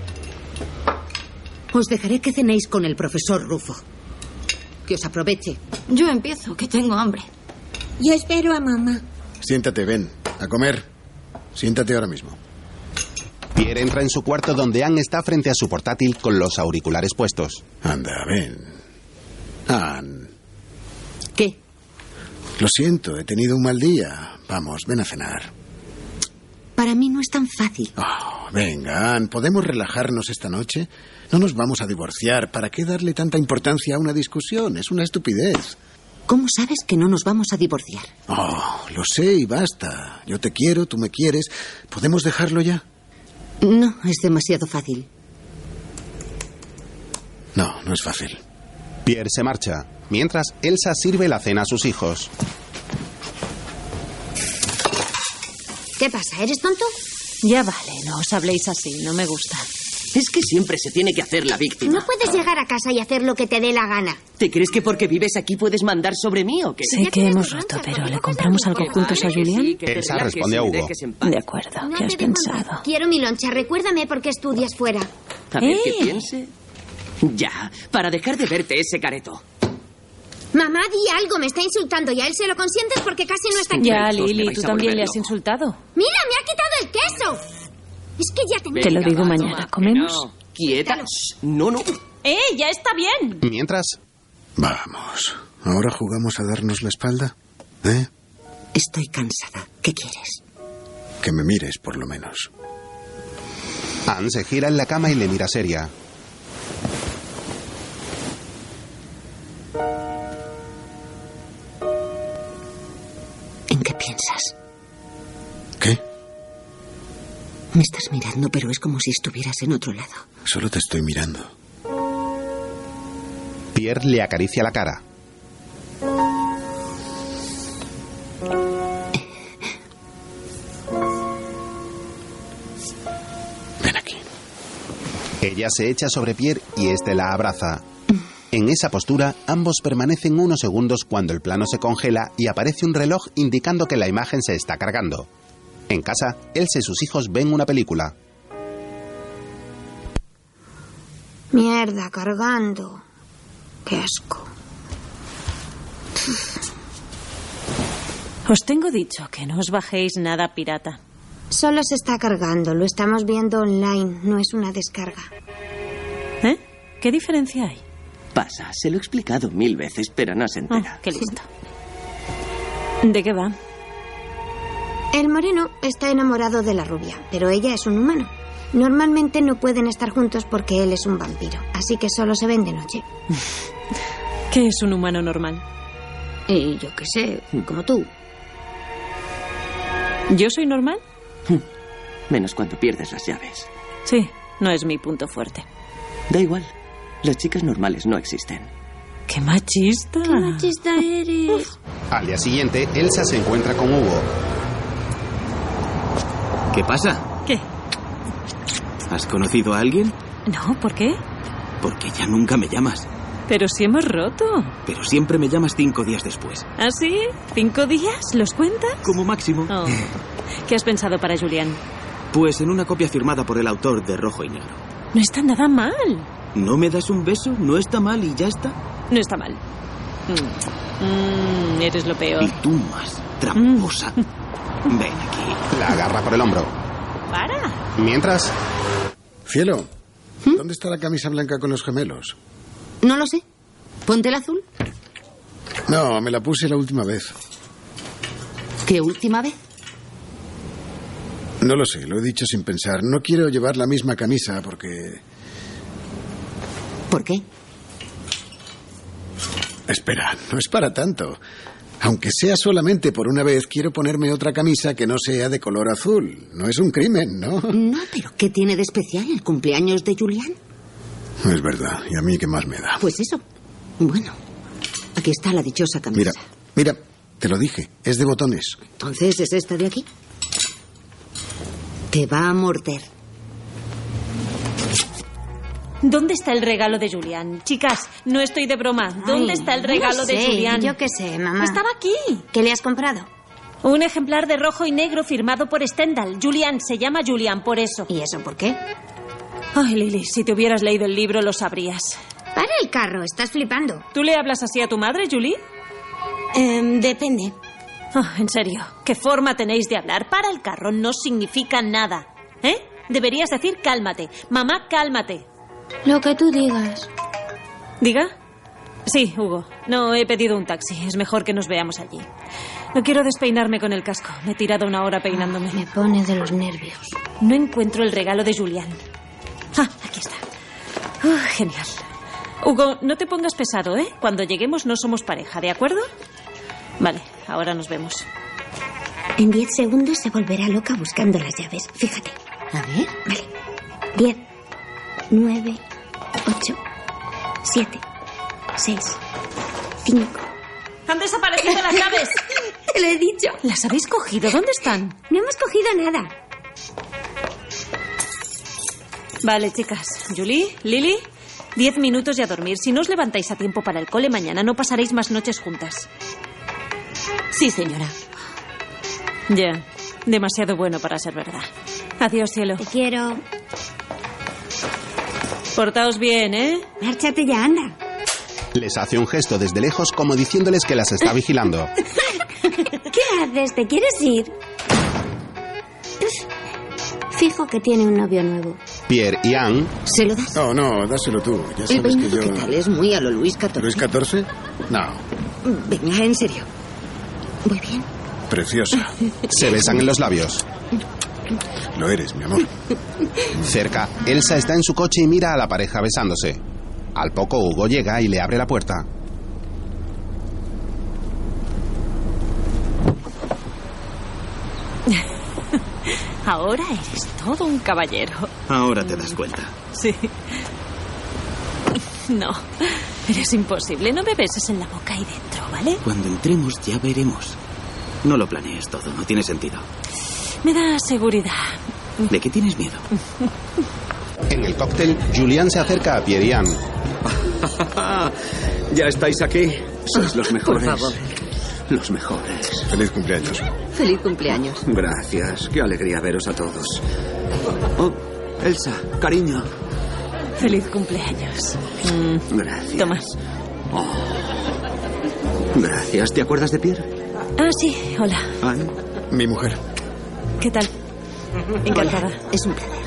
Os dejaré que cenéis con el profesor Rufo. Que os aproveche. Yo empiezo, que tengo hambre. Yo espero a mamá. Siéntate, ven. A comer. Siéntate ahora mismo. Pierre Pierre entra en su cuarto donde Anne está frente a su portátil con los auriculares puestos. Anda, ven. Anne. ¿Qué? Lo siento, he tenido un mal día. Vamos, ven a cenar. Para mí no es tan fácil. Oh, venga, Anne, ¿podemos relajarnos esta noche? No nos vamos a divorciar. ¿Para qué darle tanta importancia a una discusión? Es una estupidez. ¿Cómo sabes que no nos vamos a divorciar? Oh, lo sé y basta. Yo te quiero, tú me quieres. ¿Podemos dejarlo ya? No, es demasiado fácil. No, no es fácil. Pierre se marcha, mientras Elsa sirve la cena a sus hijos. ¿Qué pasa? ¿Eres tonto? Ya vale, no os habléis así, no me gusta. Es que siempre se tiene que hacer la víctima. No puedes llegar a casa y hacer lo que te dé la gana. ¿Te crees que porque vives aquí puedes mandar sobre mí o qué? Sé que hemos roto, pero ¿le compramos algo juntos a Julián? Elsa responde a Hugo. De acuerdo, No ¿qué has te dejo en paz. pensado? Quiero mi loncha. Recuérdame por qué estudias fuera. A ver ¡Eh! qué piense. Ya, para dejar de verte ese careto. Mamá, di algo. Me está insultando y a él se lo consientes porque casi no está aquí. Ya, Todos me Lili, vais tú a también volver le has loco. insultado. Mira, me ha quitado el queso. Es que ya te... Te lo digo mañana. ¿Comemos? No, quieta. Shh, No, no. ¡Eh, ya está bien! Mientras, Vamos. ¿Ahora jugamos a darnos la espalda? ¿Eh? Estoy cansada. ¿Qué quieres? Que me mires, por lo menos. Anne se gira en la cama y le mira seria. ¿En qué piensas? ¿Qué? Me estás mirando, pero es como si estuvieras en otro lado. Solo te estoy mirando. Pierre le acaricia la cara. Ven aquí. Ella se echa sobre Pierre y este la abraza. En esa postura, ambos permanecen unos segundos cuando el plano se congela y aparece un reloj indicando que la imagen se está cargando. En casa, Elsa y sus hijos ven una película. Mierda, cargando. Qué asco. Os tengo dicho que no os bajéis nada pirata. Solo se está cargando. Lo estamos viendo online. No es una descarga. ¿Eh? ¿Qué diferencia hay? Pasa, se lo he explicado mil veces, pero no se entera. Oh, qué listo. ¿De qué va? El moreno está enamorado de la rubia, pero ella es un humano. Normalmente no pueden estar juntos porque él es un vampiro, así que solo se ven de noche. ¿Qué es un humano normal? Y yo qué sé, como tú. ¿Yo soy normal? Menos cuando pierdes las llaves. Sí, no es mi punto fuerte. Da igual. Las chicas normales no existen. ¡Qué machista! ¡Qué machista eres! Al día siguiente, Elsa se encuentra con Hugo. ¿Qué pasa? ¿Qué? ¿Has conocido a alguien? No, ¿por qué? Porque ya nunca me llamas. Pero si hemos roto. Pero siempre me llamas cinco días después. ¿Ah, sí? ¿Cinco días? ¿Los cuentas? Como máximo. Oh. ¿Qué has pensado para Julián? Pues en una copia firmada por el autor de Rojo y Negro. No está nada mal. ¿No me das un beso? ¿No está mal y ya está? No está mal. Mm. Mm, eres lo peor. Y tú más, tramposa. Mm. Ven aquí. La agarra por el hombro. ¡Para! Mientras... Cielo, ¿dónde está la camisa blanca con los gemelos? No lo sé. Ponte el azul. No, me la puse la última vez. ¿Qué última vez? No lo sé, lo he dicho sin pensar. No quiero llevar la misma camisa porque... ¿Por qué? Espera, no es para tanto. Aunque sea solamente por una vez, quiero ponerme otra camisa que no sea de color azul. No es un crimen, ¿no? No, pero ¿qué tiene de especial el cumpleaños de Julián? Es verdad, y a mí qué más me da. Pues eso. Bueno, aquí está la dichosa camisa. Mira, mira, te lo dije, es de botones. Entonces, ¿es esta de aquí? Te va a morder. ¿Dónde está el regalo de Julián? Chicas, no estoy de broma. ¿Dónde Ay, está el regalo no de sé, Julián? Yo qué sé, mamá. Estaba aquí. ¿Qué le has comprado? Un ejemplar de rojo y negro firmado por Stendhal. Julián, se llama Julián, por eso. ¿Y eso por qué? Ay, Lily, si te hubieras leído el libro lo sabrías. Para el carro, estás flipando. ¿Tú le hablas así a tu madre, Julie? Eh, depende. Oh, en serio, ¿qué forma tenéis de hablar? Para el carro no significa nada. ¿Eh? Deberías decir cálmate. Mamá, cálmate. Lo que tú digas. ¿Diga? Sí, Hugo. No, he pedido un taxi. Es mejor que nos veamos allí. No quiero despeinarme con el casco. Me he tirado una hora peinándome. Me pone de los nervios. No encuentro el regalo de Julián. Ah, aquí está. Uh, genial. Hugo, no te pongas pesado, ¿eh? Cuando lleguemos no somos pareja, ¿de acuerdo? Vale, ahora nos vemos. En diez segundos se volverá loca buscando las llaves. Fíjate. A ver. Vale. Diez, nueve, ocho, siete, seis, cinco. ¡Han desaparecido las llaves! Te lo he dicho. ¿Las habéis cogido? ¿Dónde están? No hemos cogido nada. Vale, chicas. Julie, Lily, diez minutos y a dormir. Si no os levantáis a tiempo para el cole mañana, no pasaréis más noches juntas. Sí, señora. Ya, demasiado bueno para ser verdad. Adiós, cielo. Te quiero. Portaos bien, ¿eh? Márchate ya, anda. Les hace un gesto desde lejos como diciéndoles que las está vigilando. ¿Qué haces? ¿Te quieres ir? Fijo que tiene un novio nuevo. Pierre y Anne... ¿Se lo das? No, no, dáselo tú. Ya El sabes que peinado, yo... ¿qué tal? Es muy a lo Luis catorce. ¿Luis catorce? No. Venga, en serio. Muy bien. Preciosa. Se besan en los labios. Lo eres, mi amor. Cerca, Elsa está en su coche y mira a la pareja besándose. Al poco, Hugo llega y le abre la puerta. Ahora eres todo un caballero. Ahora te das cuenta. Sí. No, eres imposible. No me beses en la boca ahí dentro, ¿vale? Cuando entremos ya veremos. No lo planees todo, no tiene sentido. Me da seguridad. ¿De qué tienes miedo? En el cóctel, Julián se acerca a Pierre y Anne. ¿Ya estáis aquí? Sois los mejores. Por favor. Los mejores. Feliz cumpleaños. Feliz cumpleaños. Gracias. Qué alegría veros a todos. Oh, Elsa, cariño. Feliz cumpleaños. Mm. Gracias. Toma. Oh. Gracias. ¿Te acuerdas de Pierre? Ah, sí. Hola. Anne. Mi mujer. ¿Qué tal? Encantada. Hola. Es un placer.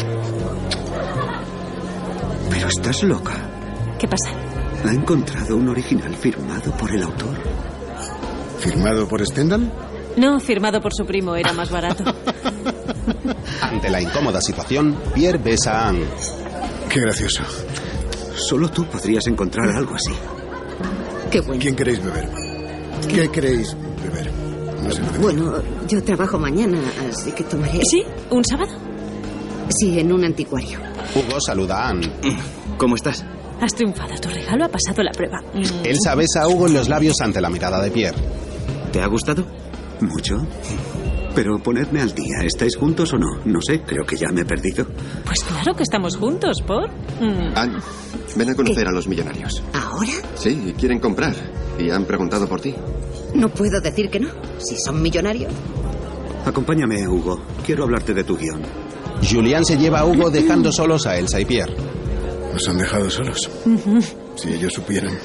Pero estás loca. ¿Qué pasa? ¿Ha encontrado un original firmado por el autor? ¿Firmado por Stendhal? No, firmado por su primo. Era más barato. Ante la incómoda situación, Pierre besa a Anne. Qué gracioso. Solo tú podrías encontrar algo así. Qué bueno. ¿Quién queréis beber? ¿Qué queréis beber? No sé lo que Bueno, yo trabajo mañana, así que tomaré... ¿Sí? ¿Un sábado? Sí, en un anticuario. Hugo saluda a Anne. ¿Cómo estás? Has triunfado. Tu regalo ha pasado la prueba. Mm. Elsa besa a Hugo en los labios ante la mirada de Pierre. ¿Te ha gustado? ¿Mucho? Pero ponedme al día. ¿Estáis juntos o no? No sé, creo que ya me he perdido. Pues claro que estamos juntos, ¿por? Mm. Anne, ven a conocer ¿Qué? a los millonarios. ¿Ahora? Sí, quieren comprar. Y han preguntado por ti. No puedo decir que no, si son millonarios. Acompáñame, Hugo. Quiero hablarte de tu guión. Julián se lleva a Hugo dejando solos a Elsa y Pierre. Nos han dejado solos. Uh-huh. Si ellos supieran.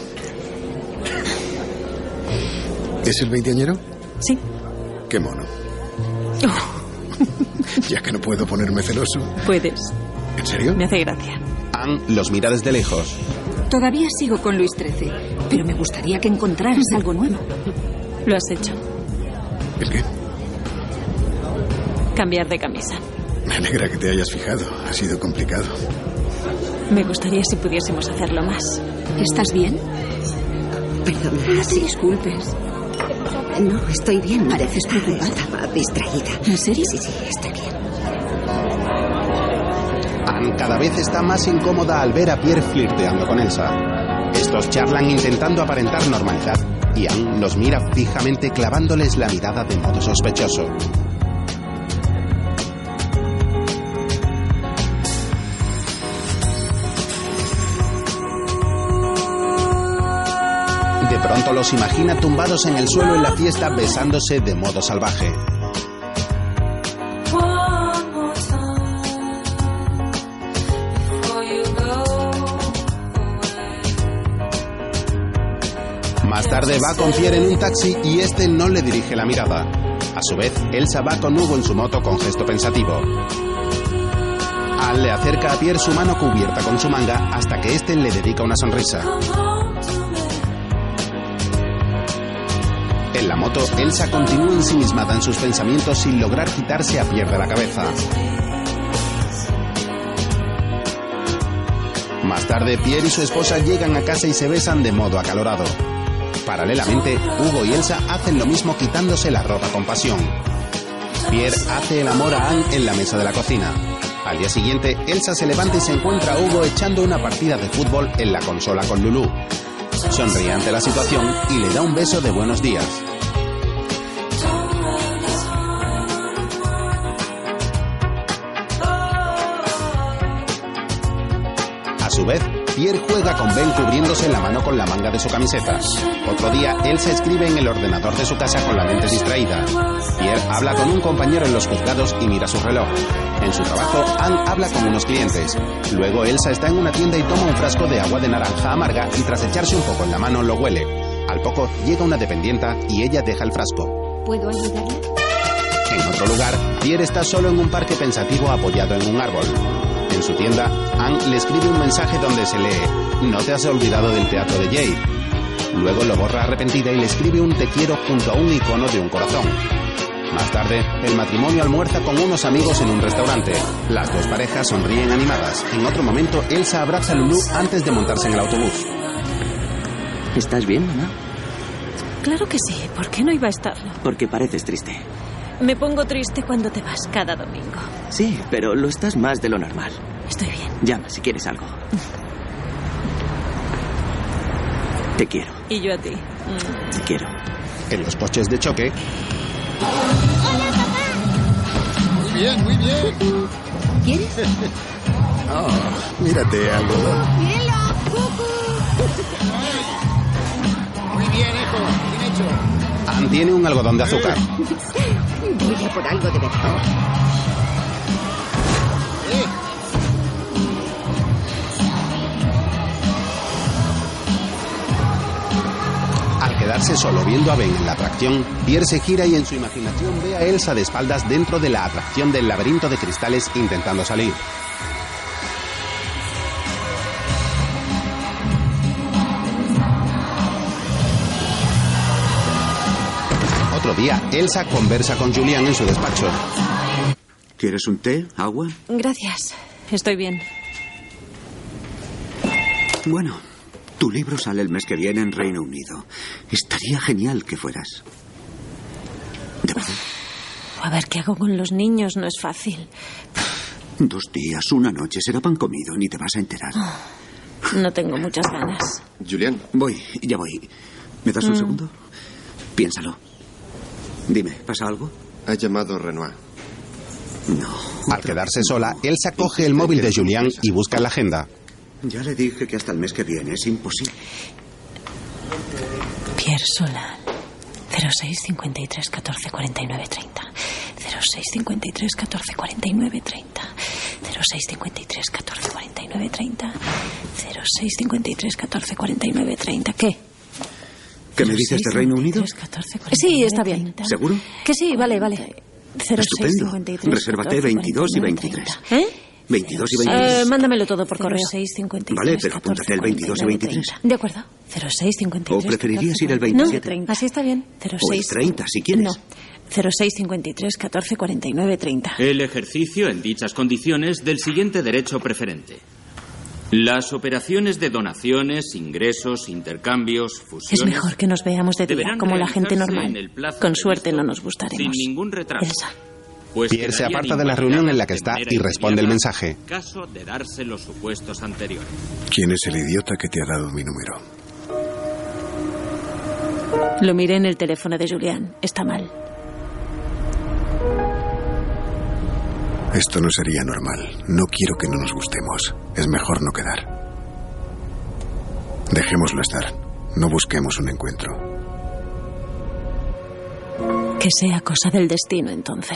¿Es el veinteañero? Sí. Qué mono. Oh. Ya que no puedo ponerme celoso. Puedes. ¿En serio? Me hace gracia. Anne los mira desde lejos. Todavía sigo con Luis trece, pero me gustaría que encontraras algo nuevo. Lo has hecho. ¿El qué? Cambiar de camisa. Me alegra que te hayas fijado. Ha sido complicado. Me gustaría si pudiésemos hacerlo más. ¿Estás bien? Perdona. No te disculpes. No, estoy bien. Pareces preocupada. Estaba distraída. ¿En serio? Sí, sí, estoy bien. Anne cada vez está más incómoda al ver a Pierre flirteando con Elsa. Estos charlan intentando aparentar normalidad y Anne los mira fijamente clavándoles la mirada de modo sospechoso. De pronto los imagina tumbados en el suelo en la fiesta besándose de modo salvaje. Más tarde va con Pierre en un taxi y este no le dirige la mirada. A su vez, Elsa va con Hugo en su moto con gesto pensativo. Anne le acerca a Pierre su mano cubierta con su manga hasta que éste le dedica una sonrisa. En la moto, Elsa continúa ensimismada en sus pensamientos sin lograr quitarse a Pierre de la cabeza. Más tarde, Pierre y su esposa llegan a casa y se besan de modo acalorado. Paralelamente, Hugo y Elsa hacen lo mismo quitándose la ropa con pasión. Pierre hace el amor a Anne en la mesa de la cocina. Al día siguiente, Elsa se levanta y se encuentra a Hugo echando una partida de fútbol en la consola con Lulu. Sonríe ante la situación y le da un beso de buenos días. A su vez, Pierre juega con Ben cubriéndose la mano con la manga de su camiseta. Otro día, Elsa escribe en el ordenador de su casa con la mente distraída. Pierre habla con un compañero en los juzgados y mira su reloj. En su trabajo, Anne habla con unos clientes. Luego, Elsa está en una tienda y toma un frasco de agua de naranja amarga y tras echarse un poco en la mano lo huele. Al poco, llega una dependienta y ella deja el frasco. ¿Puedo ayudarle? En otro lugar, Pierre está solo en un parque pensativo apoyado en un árbol. En su tienda, Anne le escribe un mensaje donde se lee: "No te has olvidado del teatro de Jade". Luego lo borra arrepentida y le escribe un te quiero junto a un icono de un corazón. Más tarde, el matrimonio almuerza con unos amigos en un restaurante. Las dos parejas sonríen animadas. En otro momento, Elsa abraza a Lulu antes de montarse en el autobús. ¿Estás bien, mamá? Claro que sí. ¿Por qué no iba a estarlo? Porque pareces triste. Me pongo triste cuando te vas cada domingo. Sí, pero lo estás más de lo normal. Estoy bien. Llama si quieres algo. Te quiero. Y yo a ti. Te quiero. En los coches de choque... ¡Hola, papá! Muy bien, muy bien. ¿Quieres? Oh, mírate, algodón. ¡Mírenlo! ¡Cucú! Muy bien, hijo. Bien hecho. Anne tiene un algodón de azúcar. Voy a por algo de verdad. Al quedarse solo viendo a Ben en la atracción, Pierre se gira y en su imaginación ve a Elsa de espaldas dentro de la atracción del laberinto de cristales intentando salir. Otro día, Elsa conversa con Julian en su despacho. ¿Quieres un té? ¿Agua? Gracias. Estoy bien. Bueno, tu libro sale el mes que viene en Reino Unido. Estaría genial que fueras. ¿De verdad? A ver qué hago con los niños, no es fácil. Dos días, una noche, será pan comido, ni te vas a enterar. Oh, no tengo muchas ganas. Julián. Voy, ya voy. ¿Me das un Mm. segundo? Piénsalo. Dime, ¿pasa algo? Ha llamado Renoir. No. Al quedarse sola, Elsa coge el móvil de Julian y busca en la agenda. Ya le dije que hasta el mes que viene es imposible. Pierre Solal. cero seis cincuenta y tres catorce cuarenta y nueve treinta. cero seis cincuenta y tres catorce cuarenta y nueve treinta. cero seis cincuenta y tres catorce cuarenta y nueve treinta. cero seis cincuenta y tres catorce cuarenta y nueve treinta. ¿Qué? ¿Qué me dices de Reino Unido? Sí, está bien. ¿Seguro? Que sí, vale, vale. Estupendo. Resérvate veintidós y veintitrés. ¿Eh? veintidós y veintitrés. Eh, mándamelo todo por correo. Vale, pero apúntate el veintidós y veintitrés. De acuerdo. cero seis cincuenta y tres. ¿O preferirías ir el veintisiete? No, así está bien. O el treinta, si quieres. No. cero seis cincuenta y tres catorce cuarenta y nueve treinta. El ejercicio en dichas condiciones del siguiente derecho preferente. Las operaciones de donaciones, ingresos, intercambios, fusiones... Es mejor que nos veamos de día, deberán como la gente realizarse normal. en el plazo Con previsto, suerte no nos gustaremos. sin ningún retraso. Elsa. Pues Pierre se quedarían aparta de la reunión en la que invalidadas está de y manera responde el inmediata mensaje. Caso de darse los supuestos anteriores. ¿Quién es el idiota que te ha dado mi número? Lo miré en el teléfono de Julián. Está mal. Esto no sería normal. No quiero que no nos gustemos. Es mejor no quedar. Dejémoslo estar. No busquemos un encuentro. Que sea cosa del destino, entonces.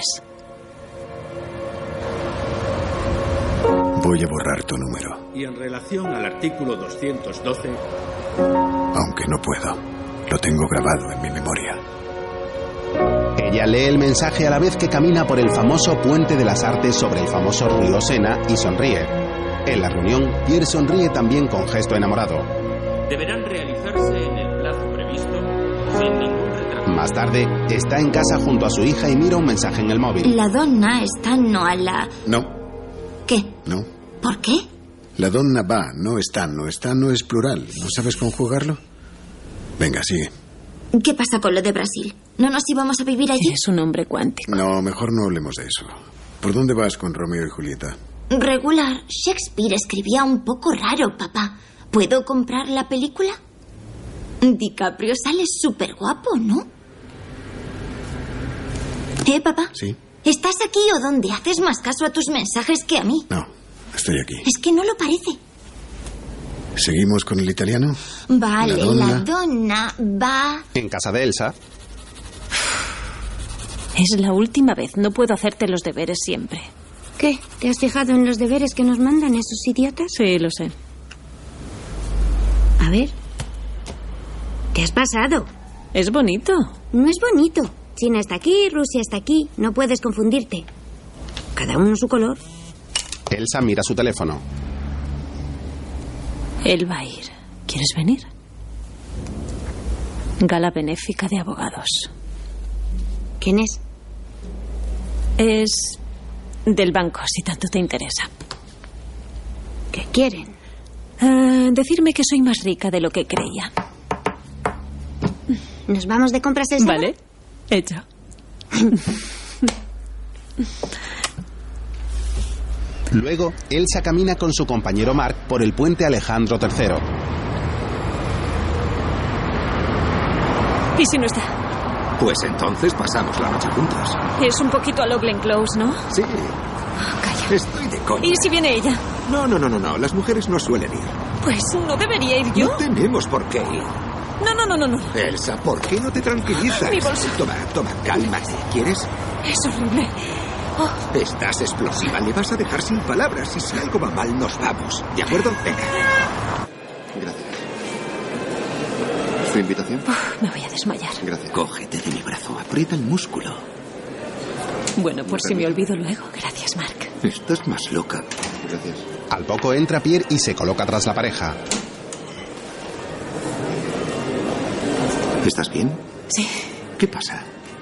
Voy a borrar tu número. Y en relación al artículo doscientos doce... Aunque no puedo. Lo tengo grabado en mi memoria. Ella lee el mensaje a la vez que camina por el famoso Puente de las Artes sobre el famoso río Sena y sonríe. En la reunión, Pierre sonríe también con gesto enamorado. Deberán realizarse en el plazo previsto, sin ningún retraso. Más tarde, está en casa junto a su hija y mira un mensaje en el móvil. La donna está no a la... No. ¿Qué? No. ¿Por qué? La donna va, no está. No está no es plural. ¿No sabes conjugarlo? Venga, sigue. ¿Qué pasa con lo de Brasil? ¿No nos íbamos a vivir allí? Es un hombre cuántico. No, mejor no hablemos de eso. ¿Por dónde vas con Romeo y Julieta? Regular. Shakespeare escribía un poco raro, papá. ¿Puedo comprar la película? DiCaprio sale súper guapo, ¿no? ¿Eh, papá? Sí. ¿Estás aquí o dónde? ¿Haces más caso a tus mensajes que a mí? No, estoy aquí. Es que no lo parece. ¿Seguimos con el italiano? Vale, la donna, la donna va... En casa de Elsa. Es la última vez. No puedo hacerte los deberes siempre. ¿Qué? ¿Te has fijado en los deberes que nos mandan esos idiotas? Sí, lo sé. A ver. Te has pasado. Es bonito. No es bonito. China está aquí, Rusia está aquí. No puedes confundirte. Cada uno su color. Elsa mira su teléfono. Él va a ir. ¿Quieres venir? Gala benéfica de abogados. ¿Quién es? Es del banco, si tanto te interesa. ¿Qué quieren? Uh, decirme que soy más rica de lo que creía. ¿Nos vamos de compras el sábado? Vale, hecho. Luego, Elsa camina con su compañero Mark por el puente Alejandro tercero. ¿Y si no está? Pues entonces pasamos la noche juntos. Es un poquito a lo Glenn Close, ¿no? Sí. Oh, calla. Estoy de coña. ¿Y si viene ella? No, no, no, no, no. Las mujeres no suelen ir. Pues no debería ir yo. No tenemos por qué ir. No, no, no, no, no. Elsa, ¿por qué no te tranquilizas? Mi bolso. Toma, toma, cálmate. ¿Quieres? Es horrible. Oh. Estás explosiva. Le vas a dejar sin palabras. Y si algo va mal, nos vamos. ¿De acuerdo? Venga. Gracias. ¿Su invitación? Uf, me voy a desmayar. Gracias. Cógete de mi brazo. Aprieta el músculo. Bueno, por si me olvido luego. Gracias, Mark. Estás más loca. Gracias. Al poco entra Pierre y se coloca tras la pareja. ¿Estás bien? Sí. ¿Qué pasa?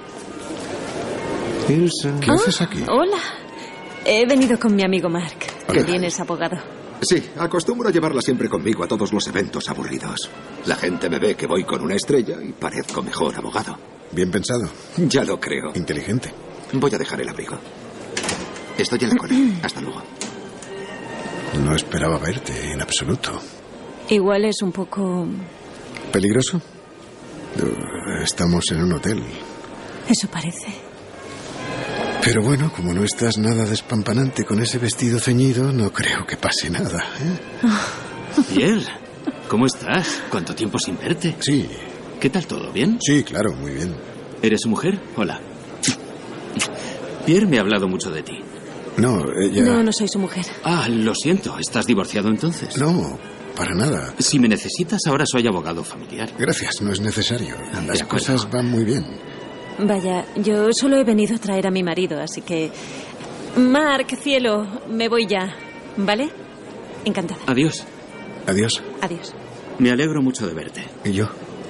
Elsa, ¿qué oh, haces aquí? Hola. He venido con mi amigo Mark. Hola. Que bien es abogado. Sí, acostumbro a llevarla siempre conmigo a todos los eventos aburridos. La gente me ve que voy con una estrella y parezco mejor abogado. Bien pensado. Ya lo creo. Inteligente. Voy a dejar el abrigo. Estoy en la cola. Hasta luego. No esperaba verte en absoluto. Igual es un poco... ¿Peligroso? Estamos en un hotel. Eso parece. Pero bueno, como no estás nada despampanante con ese vestido ceñido, no creo que pase nada, ¿eh? Oh. Pierre, ¿cómo estás? ¿Cuánto tiempo sin verte? Sí. ¿Qué tal todo? ¿Bien? Sí, claro, muy bien. ¿Eres su mujer? Hola. Pierre me ha hablado mucho de ti. No, ella... No, no soy su mujer. Ah, lo siento. ¿Estás divorciado entonces? No, para nada. Si me necesitas, ahora soy abogado familiar. Gracias, no es necesario. Las De cosas van muy bien. Vaya, yo solo he venido a traer a mi marido, así que... Mark, cielo, me voy ya, ¿vale? Encantada. Adiós. Adiós. Adiós. Me alegro mucho de verte. ¿Y yo?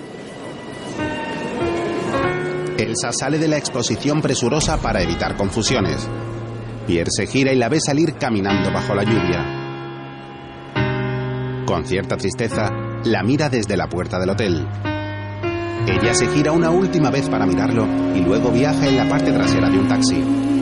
Elsa sale de la exposición presurosa para evitar confusiones. Pierre se gira y la ve salir caminando bajo la lluvia. Con cierta tristeza, la mira desde la puerta del hotel. Ella se gira una última vez para mirarlo y luego viaja en la parte trasera de un taxi.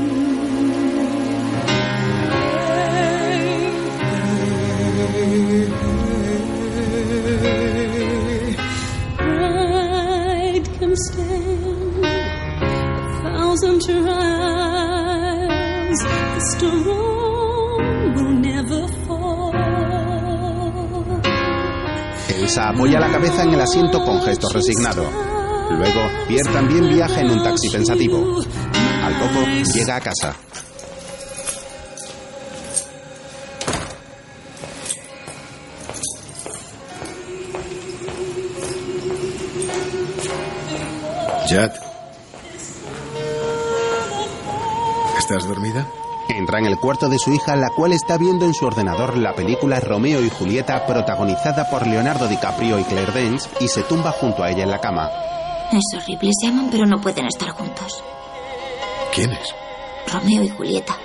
Elsa apoya la cabeza en el asiento con gesto resignado. Luego, Pierre también viaja en un taxi pensativo. Al poco, llega a casa. Jad. ¿Estás dormida? Entra en el cuarto de su hija, la cual está viendo en su ordenador la película Romeo y Julieta, protagonizada por Leonardo DiCaprio y Claire Danes, y se tumba junto a ella en la cama. Es horrible, se aman pero no pueden estar juntos. ¿Quiénes? Romeo y Julieta.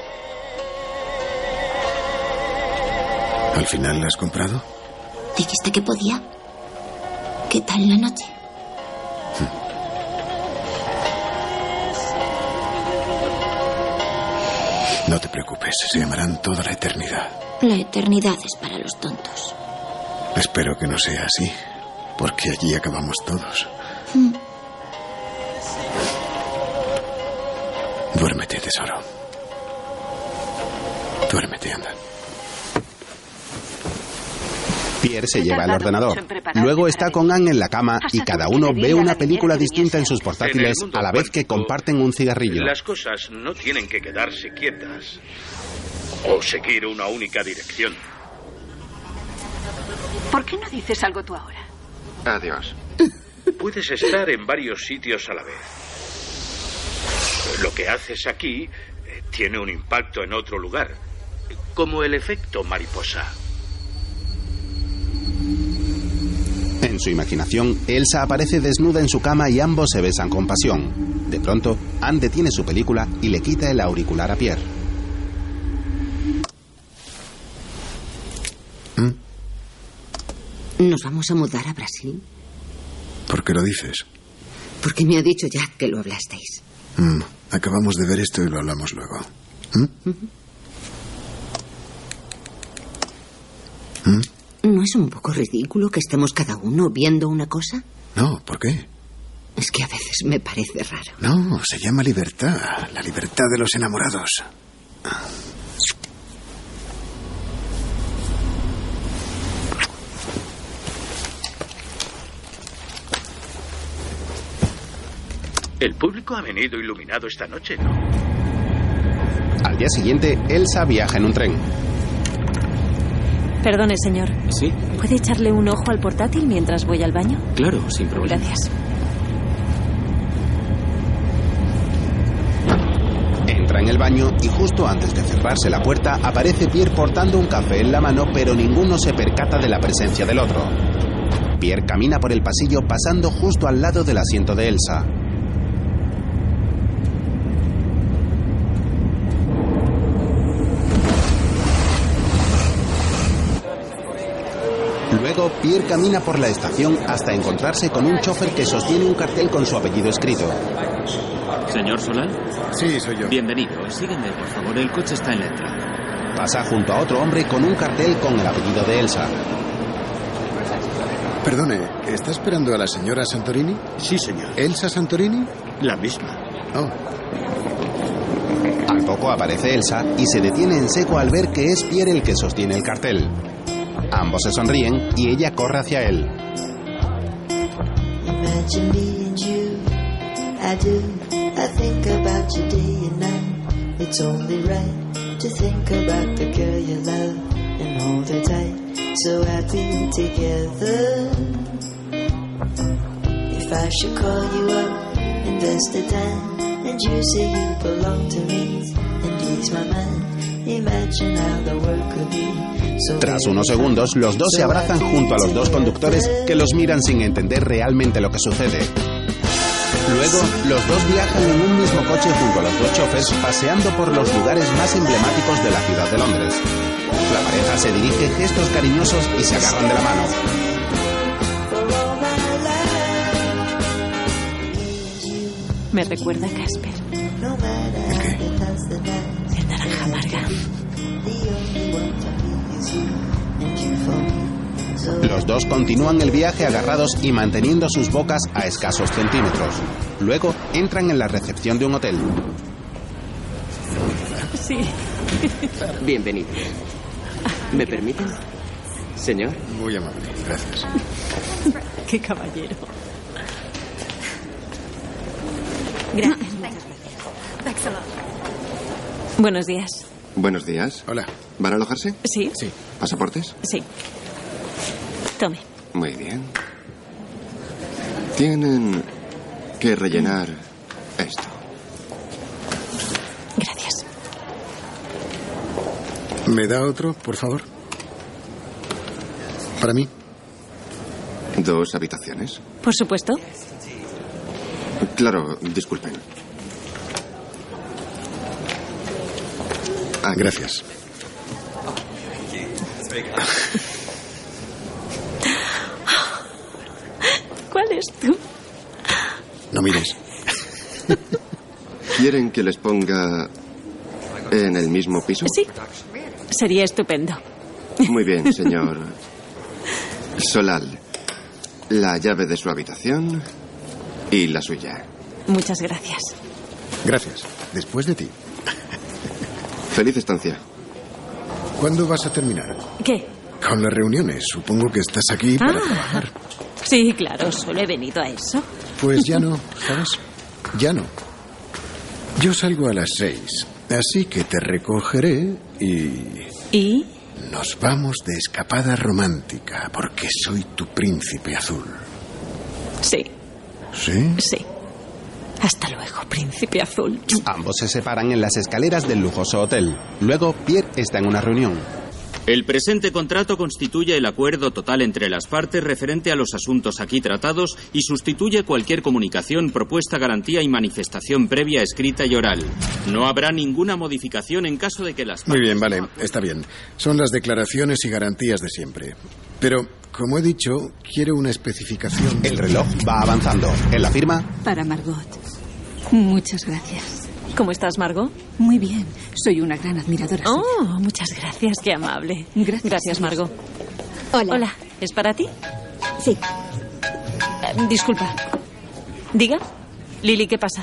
¿Al final la has comprado? Dijiste que podía. ¿Qué tal la noche? No te preocupes, se llamarán toda la eternidad. La eternidad es para los tontos. Espero que no sea así, porque allí acabamos todos. Mm. Duérmete, tesoro. Duérmete, anda. Pierre se lleva el ordenador. Luego está con Anne en la cama y cada uno ve una película distinta en sus portátiles a la vez que comparten un cigarrillo. Las cosas no tienen que quedarse quietas o seguir una única dirección. ¿Por qué no dices algo tú ahora? Adiós. Puedes estar en varios sitios a la vez. Lo que haces aquí eh, tiene un impacto en otro lugar, como el efecto mariposa. En su imaginación, Elsa aparece desnuda en su cama y ambos se besan con pasión. De pronto, Anne detiene su película y le quita el auricular a Pierre. ¿Mm? ¿Nos vamos a mudar a Brasil? ¿Por qué lo dices? Porque me ha dicho Jack que lo hablasteis. Mm, acabamos de ver esto y lo hablamos luego. ¿Mm? Uh-huh. ¿Mm? ¿No es un poco ridículo que estemos cada uno viendo una cosa? No, ¿por qué? Es que a veces me parece raro. No, se llama libertad. La libertad de los enamorados. El público ha venido iluminado esta noche, ¿no? Al día siguiente, Elsa viaja en un tren. Perdone, señor. Sí. ¿Puede echarle un ojo al portátil mientras voy al baño? Claro, sin problema. Gracias. Entra en el baño y justo antes de cerrarse la puerta aparece Pierre portando un café en la mano, pero ninguno se percata de la presencia del otro. Pierre camina por el pasillo pasando justo al lado del asiento de Elsa. Luego, Pierre camina por la estación hasta encontrarse con un chofer que sostiene un cartel con su apellido escrito. ¿Señor Solán? Sí, soy yo. Bienvenido. Sígueme, por favor. El coche está en la entrada. Pasa junto a otro hombre con un cartel con el apellido de Elsa. Perdone, ¿está esperando a la señora Santorini? Sí, señor. ¿Elsa Santorini? La misma. Oh. Al poco aparece Elsa y se detiene en seco al ver que es Pierre el que sostiene el cartel. Ambos se sonríen y ella corre hacia él. Tras unos segundos, los dos se abrazan junto a los dos conductores que los miran sin entender realmente lo que sucede. Luego, los dos viajan en un mismo coche junto a los dos chofers, paseando por los lugares más emblemáticos de la ciudad de Londres. La pareja se dirige gestos cariñosos y se agarran de la mano. Me recuerda a Casper. ¿El qué? El naranja amarga. Los dos continúan el viaje agarrados y manteniendo sus bocas a escasos centímetros. Luego entran en la recepción de un hotel. Sí. Bienvenido. ¿Me permiten? Señor. Muy amable, gracias. Qué caballero. Gracias. Buenos días. Buenos días. Hola. ¿Van a alojarse? Sí. Sí. ¿Pasaportes? Sí. Tome. Muy bien. Tienen que rellenar esto. Gracias. ¿Me da otro, por favor? ¿Para mí? ¿Dos habitaciones? Por supuesto. Claro, disculpen. Ah, gracias. ¿Cuál es tú? No mires. ¿Quieren que les ponga en el mismo piso? Sí. Sería estupendo. Muy bien, señor Solal. La llave de su habitación y la suya. Muchas gracias. Gracias. Después de ti. Feliz estancia. ¿Cuándo vas a terminar? ¿Qué? Con las reuniones. Supongo que estás aquí para Ah. trabajar. Sí, claro, solo he venido a eso. Pues ya no, ¿sabes? Ya no. Yo salgo a las seis, así que te recogeré y... ¿Y? Nos vamos de escapada romántica, porque soy tu príncipe azul. Sí. ¿Sí? Sí. Hasta luego, príncipe azul. Ambos se separan en las escaleras del lujoso hotel. Luego, Pierre está en una reunión. El presente contrato constituye el acuerdo total entre las partes referente a los asuntos aquí tratados y sustituye cualquier comunicación, propuesta, garantía y manifestación previa, escrita y oral. No habrá ninguna modificación en caso de que las partes... Muy bien, vale, está bien. Son las declaraciones y garantías de siempre. Pero, como he dicho, quiero una especificación... El reloj va avanzando. En la firma... Para Margot. Muchas gracias. ¿Cómo estás, Margot? Muy bien. Soy una gran admiradora suya. Oh, muchas gracias. Qué amable. Gracias. Gracias, Margot. Hola. Hola. ¿Es para ti? Sí. Eh, disculpa. Diga. Lily, ¿qué pasa?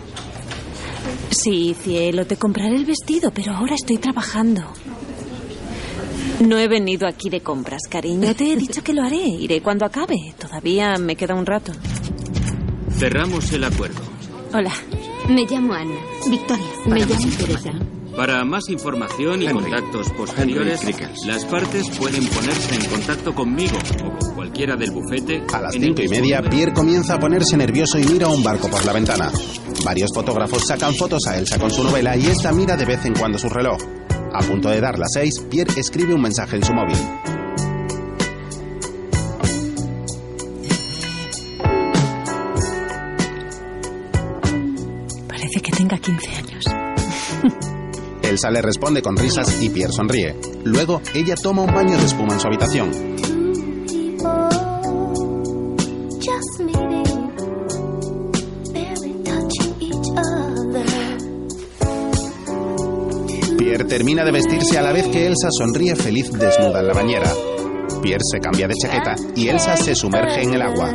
Sí, cielo, te compraré el vestido, pero ahora estoy trabajando. No he venido aquí de compras, cariño. Te he dicho que lo haré. Iré cuando acabe. Todavía me queda un rato. Cerramos el acuerdo. Hola. Me llamo Ana. Victoria. Me llamo Teresa. Para más información y Henry. contactos posteriores, Henry Crickles. las partes pueden ponerse en contacto conmigo o con cualquiera del bufete. A las en el cinco y mismo media, número. Pierre comienza a ponerse nervioso y mira un barco por la ventana. Varios fotógrafos sacan fotos a Elsa con su novela y esta mira de vez en cuando su reloj. A punto de dar las seis, Pierre escribe un mensaje en su móvil. Parece que tenga quince años. Elsa le responde con risas y Pierre sonríe. Luego, ella toma un baño de espuma en su habitación. Pierre termina de vestirse a la vez que Elsa sonríe feliz desnuda en la bañera. Pierre se cambia de chaqueta y Elsa se sumerge en el agua.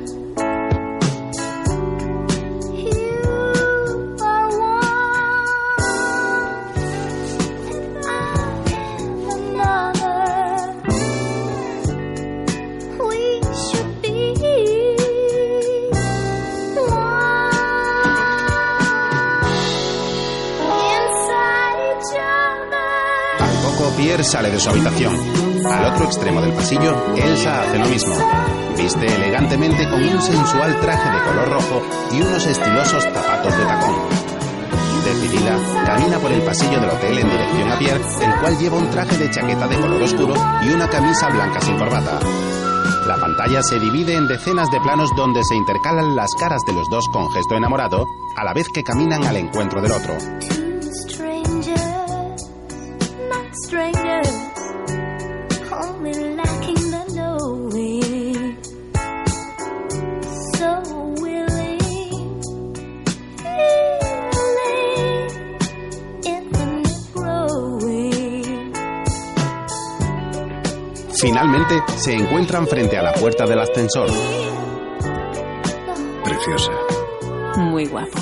Pierre sale de su habitación. Al otro extremo del pasillo, Elsa hace lo mismo. Viste elegantemente con un sensual traje de color rojo y unos estilosos zapatos de tacón. Decidida, camina por el pasillo del hotel en dirección a Pierre, el cual lleva un traje de chaqueta de color oscuro y una camisa blanca sin corbata. La pantalla se divide en decenas de planos donde se intercalan las caras de los dos con gesto enamorado, a la vez que caminan al encuentro del otro. Finalmente, se encuentran frente a la puerta del ascensor. Preciosa. Muy guapo.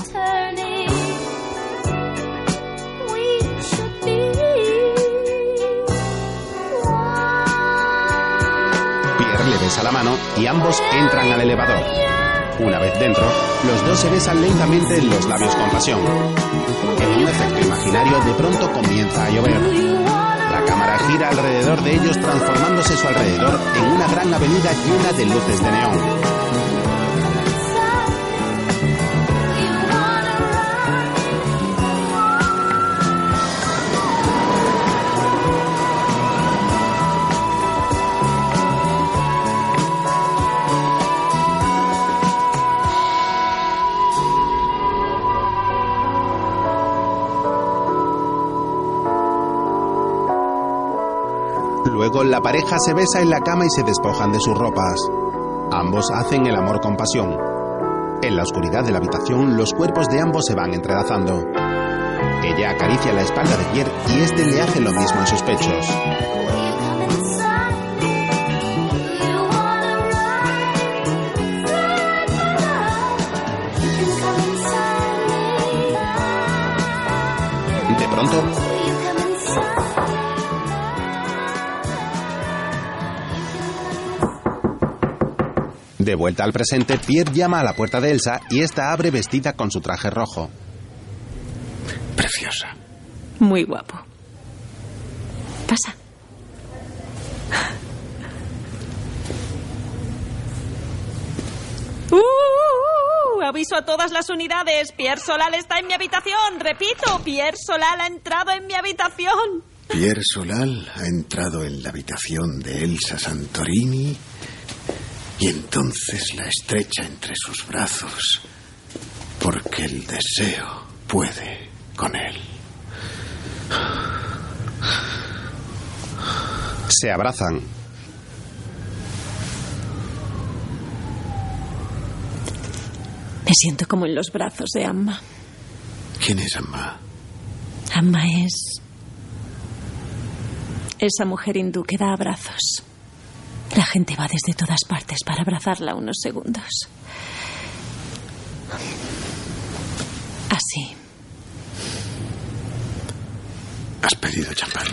Pierre le besa la mano y ambos entran al elevador. Una vez dentro, los dos se besan lentamente en los labios con pasión. En un efecto imaginario, de pronto comienza a llover. La cámara gira alrededor de ellos, transformándose su alrededor en una gran avenida llena de luces de neón. Luego la pareja se besa en la cama y se despojan de sus ropas. Ambos hacen el amor con pasión. En la oscuridad de la habitación, los cuerpos de ambos se van entrelazando. Ella acaricia la espalda de Pierre y este le hace lo mismo en sus pechos. De pronto, de vuelta al presente, Pierre llama a la puerta de Elsa y esta abre vestida con su traje rojo. Preciosa. Muy guapo. Pasa. ¡Uh! uh, uh, uh! Aviso a todas las unidades. Pierre Solal está en mi habitación. Repito, Pierre Solal ha entrado en mi habitación. Pierre Solal ha entrado en la habitación de Elsa Santorini y entonces la estrecha entre sus brazos porque el deseo puede con él. Se abrazan. Me siento como en los brazos de Amma. ¿Quién es Amma? Amma es esa mujer hindú que da abrazos. La gente va desde todas partes para abrazarla unos segundos. Así. ¿Has pedido champán?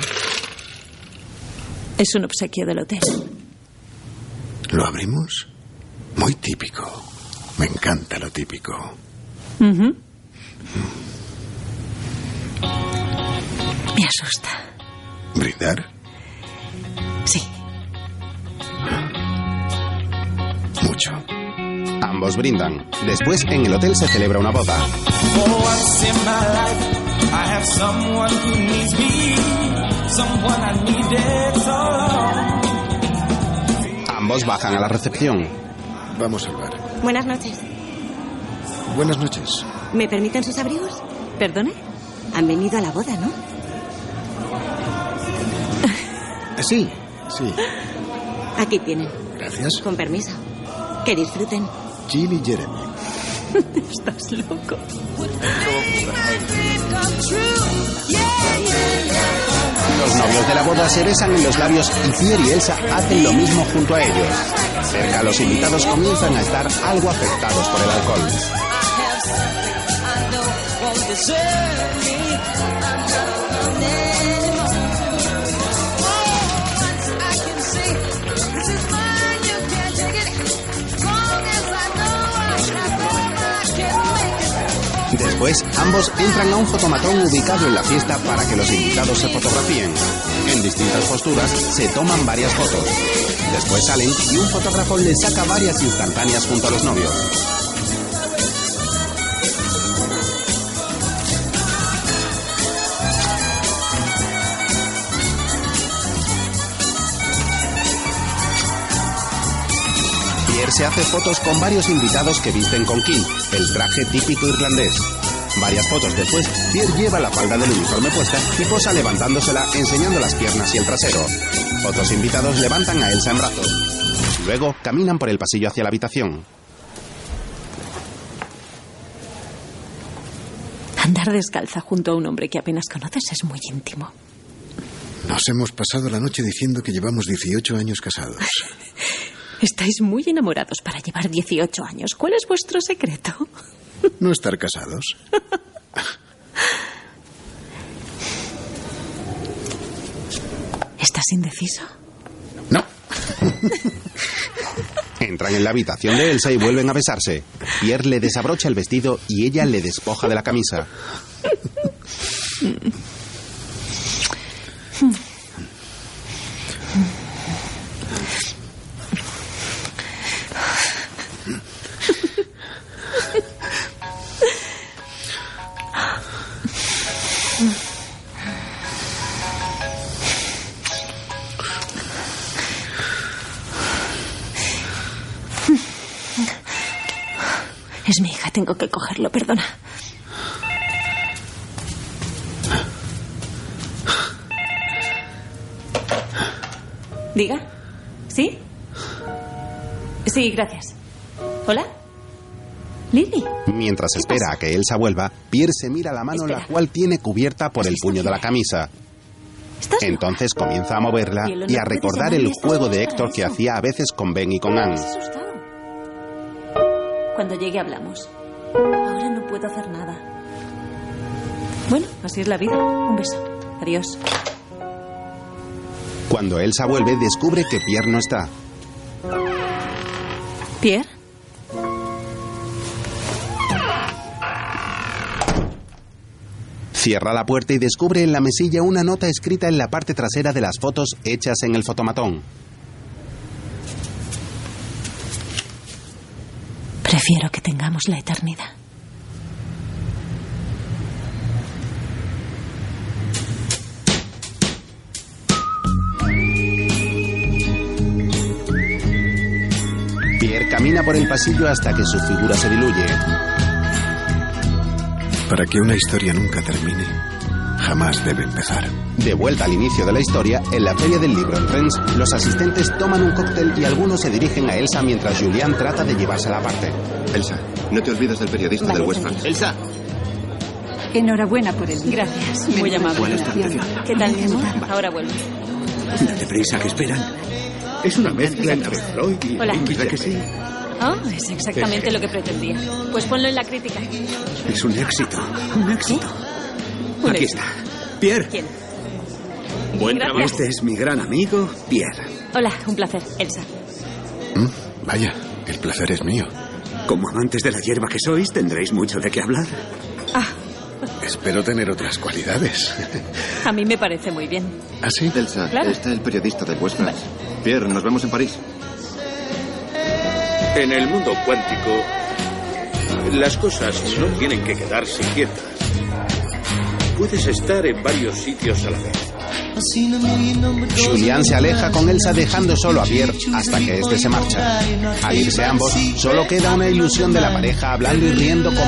Es un obsequio del hotel. ¿Lo abrimos? Muy típico. Me encanta lo típico. Uh-huh. Me asusta. ¿Brindar? Sí. Mucho. Ambos brindan. Después, en el hotel se celebra una boda. Ambos bajan a la recepción. Vamos al bar. Buenas noches. Buenas noches. ¿Me permiten sus abrigos? ¿Perdone? Han venido a la boda, ¿no? Sí, sí. Aquí tienen. Gracias. Con permiso. Que disfruten. Jill y Jeremy. Estás loco. Los novios de la boda se besan en los labios y Pierre y Elsa hacen lo mismo junto a ellos. Cerca, los invitados comienzan a estar algo afectados por el alcohol. Después, ambos entran a un fotomatón ubicado en la fiesta para que los invitados se fotografíen. En distintas posturas se toman varias fotos. Después salen y un fotógrafo les saca varias instantáneas junto a los novios. Pierre se hace fotos con varios invitados que visten con kilt, el traje típico irlandés. Varias fotos después, Pierre lleva la falda del uniforme puesta y posa levantándosela, enseñando las piernas y el trasero. Otros invitados levantan a Elsa en brazos. Luego caminan por el pasillo hacia la habitación. Andar descalza junto a un hombre que apenas conoces es muy íntimo. Nos hemos pasado la noche diciendo que llevamos dieciocho años casados. Estáis muy enamorados para llevar dieciocho años. ¿Cuál es vuestro secreto? No estar casados. ¿Estás indeciso? No. Entran en la habitación de Elsa y vuelven a besarse. Pierre le desabrocha el vestido y ella le despoja de la camisa. Es mi hija, tengo que cogerlo, perdona. ¿Diga? ¿Sí? Sí, gracias. ¿Hola? ¿Lily? Mientras espera a que Elsa vuelva, Pierre se mira la mano, Espera. la cual tiene cubierta por el puño de la camisa. Entonces comienza a moverla Cielo, y no a puedes recordar llamarme, el estás juego de asustada, Héctor que eso. hacía a veces con Ben y con Anne. ¿Estás asustado? Cuando llegue hablamos. Ahora no puedo hacer nada. Bueno, así es la vida. Un beso. Adiós. Cuando Elsa vuelve, descubre que Pierre no está. ¿Pierre? Cierra la puerta y descubre en la mesilla una nota escrita en la parte trasera de las fotos hechas en el fotomatón. Prefiero que tengamos la eternidad. Pierre camina por el pasillo hasta que su figura se diluye. Para que una historia nunca termine, jamás debe empezar. De vuelta al inicio de la historia, en la feria del libro en Rennes, los asistentes toman un cóctel y algunos se dirigen a Elsa mientras Julián trata de llevársela aparte. Elsa, no te olvides del periodista Vale, del Westfall. Elsa. Enhorabuena por el libro. Gracias, muy amable. ¿Cuál es tu intención? ¿Qué tal, mi amor? Ahora vuelvo. Date prisa, que esperan. Es una mezcla entre Freud y... Hola. ¿Verdad que sí? Oh, es exactamente lo que pretendía. Pues ponlo en la crítica. Es un éxito. Un éxito. Un Aquí éxito. está. Pierre. ¿Quién? Buen Gracias. trabajo. Este es mi gran amigo, Pierre. Hola, un placer, Elsa. Mm, vaya, el placer es mío. Como amantes de la hierba que sois, tendréis mucho de qué hablar. Ah, Espero tener otras cualidades. a mí me parece muy bien. ¿Ah, sí? Elsa, Claro. está el periodista del Westfall. Pierre, nos vemos en París. En el mundo cuántico, las cosas no tienen que quedarse quietas. Puedes estar en varios sitios a la vez. Julián se aleja con Elsa dejando solo a Pierre hasta que éste se marcha. Al irse ambos, solo queda una ilusión de la pareja hablando y riendo como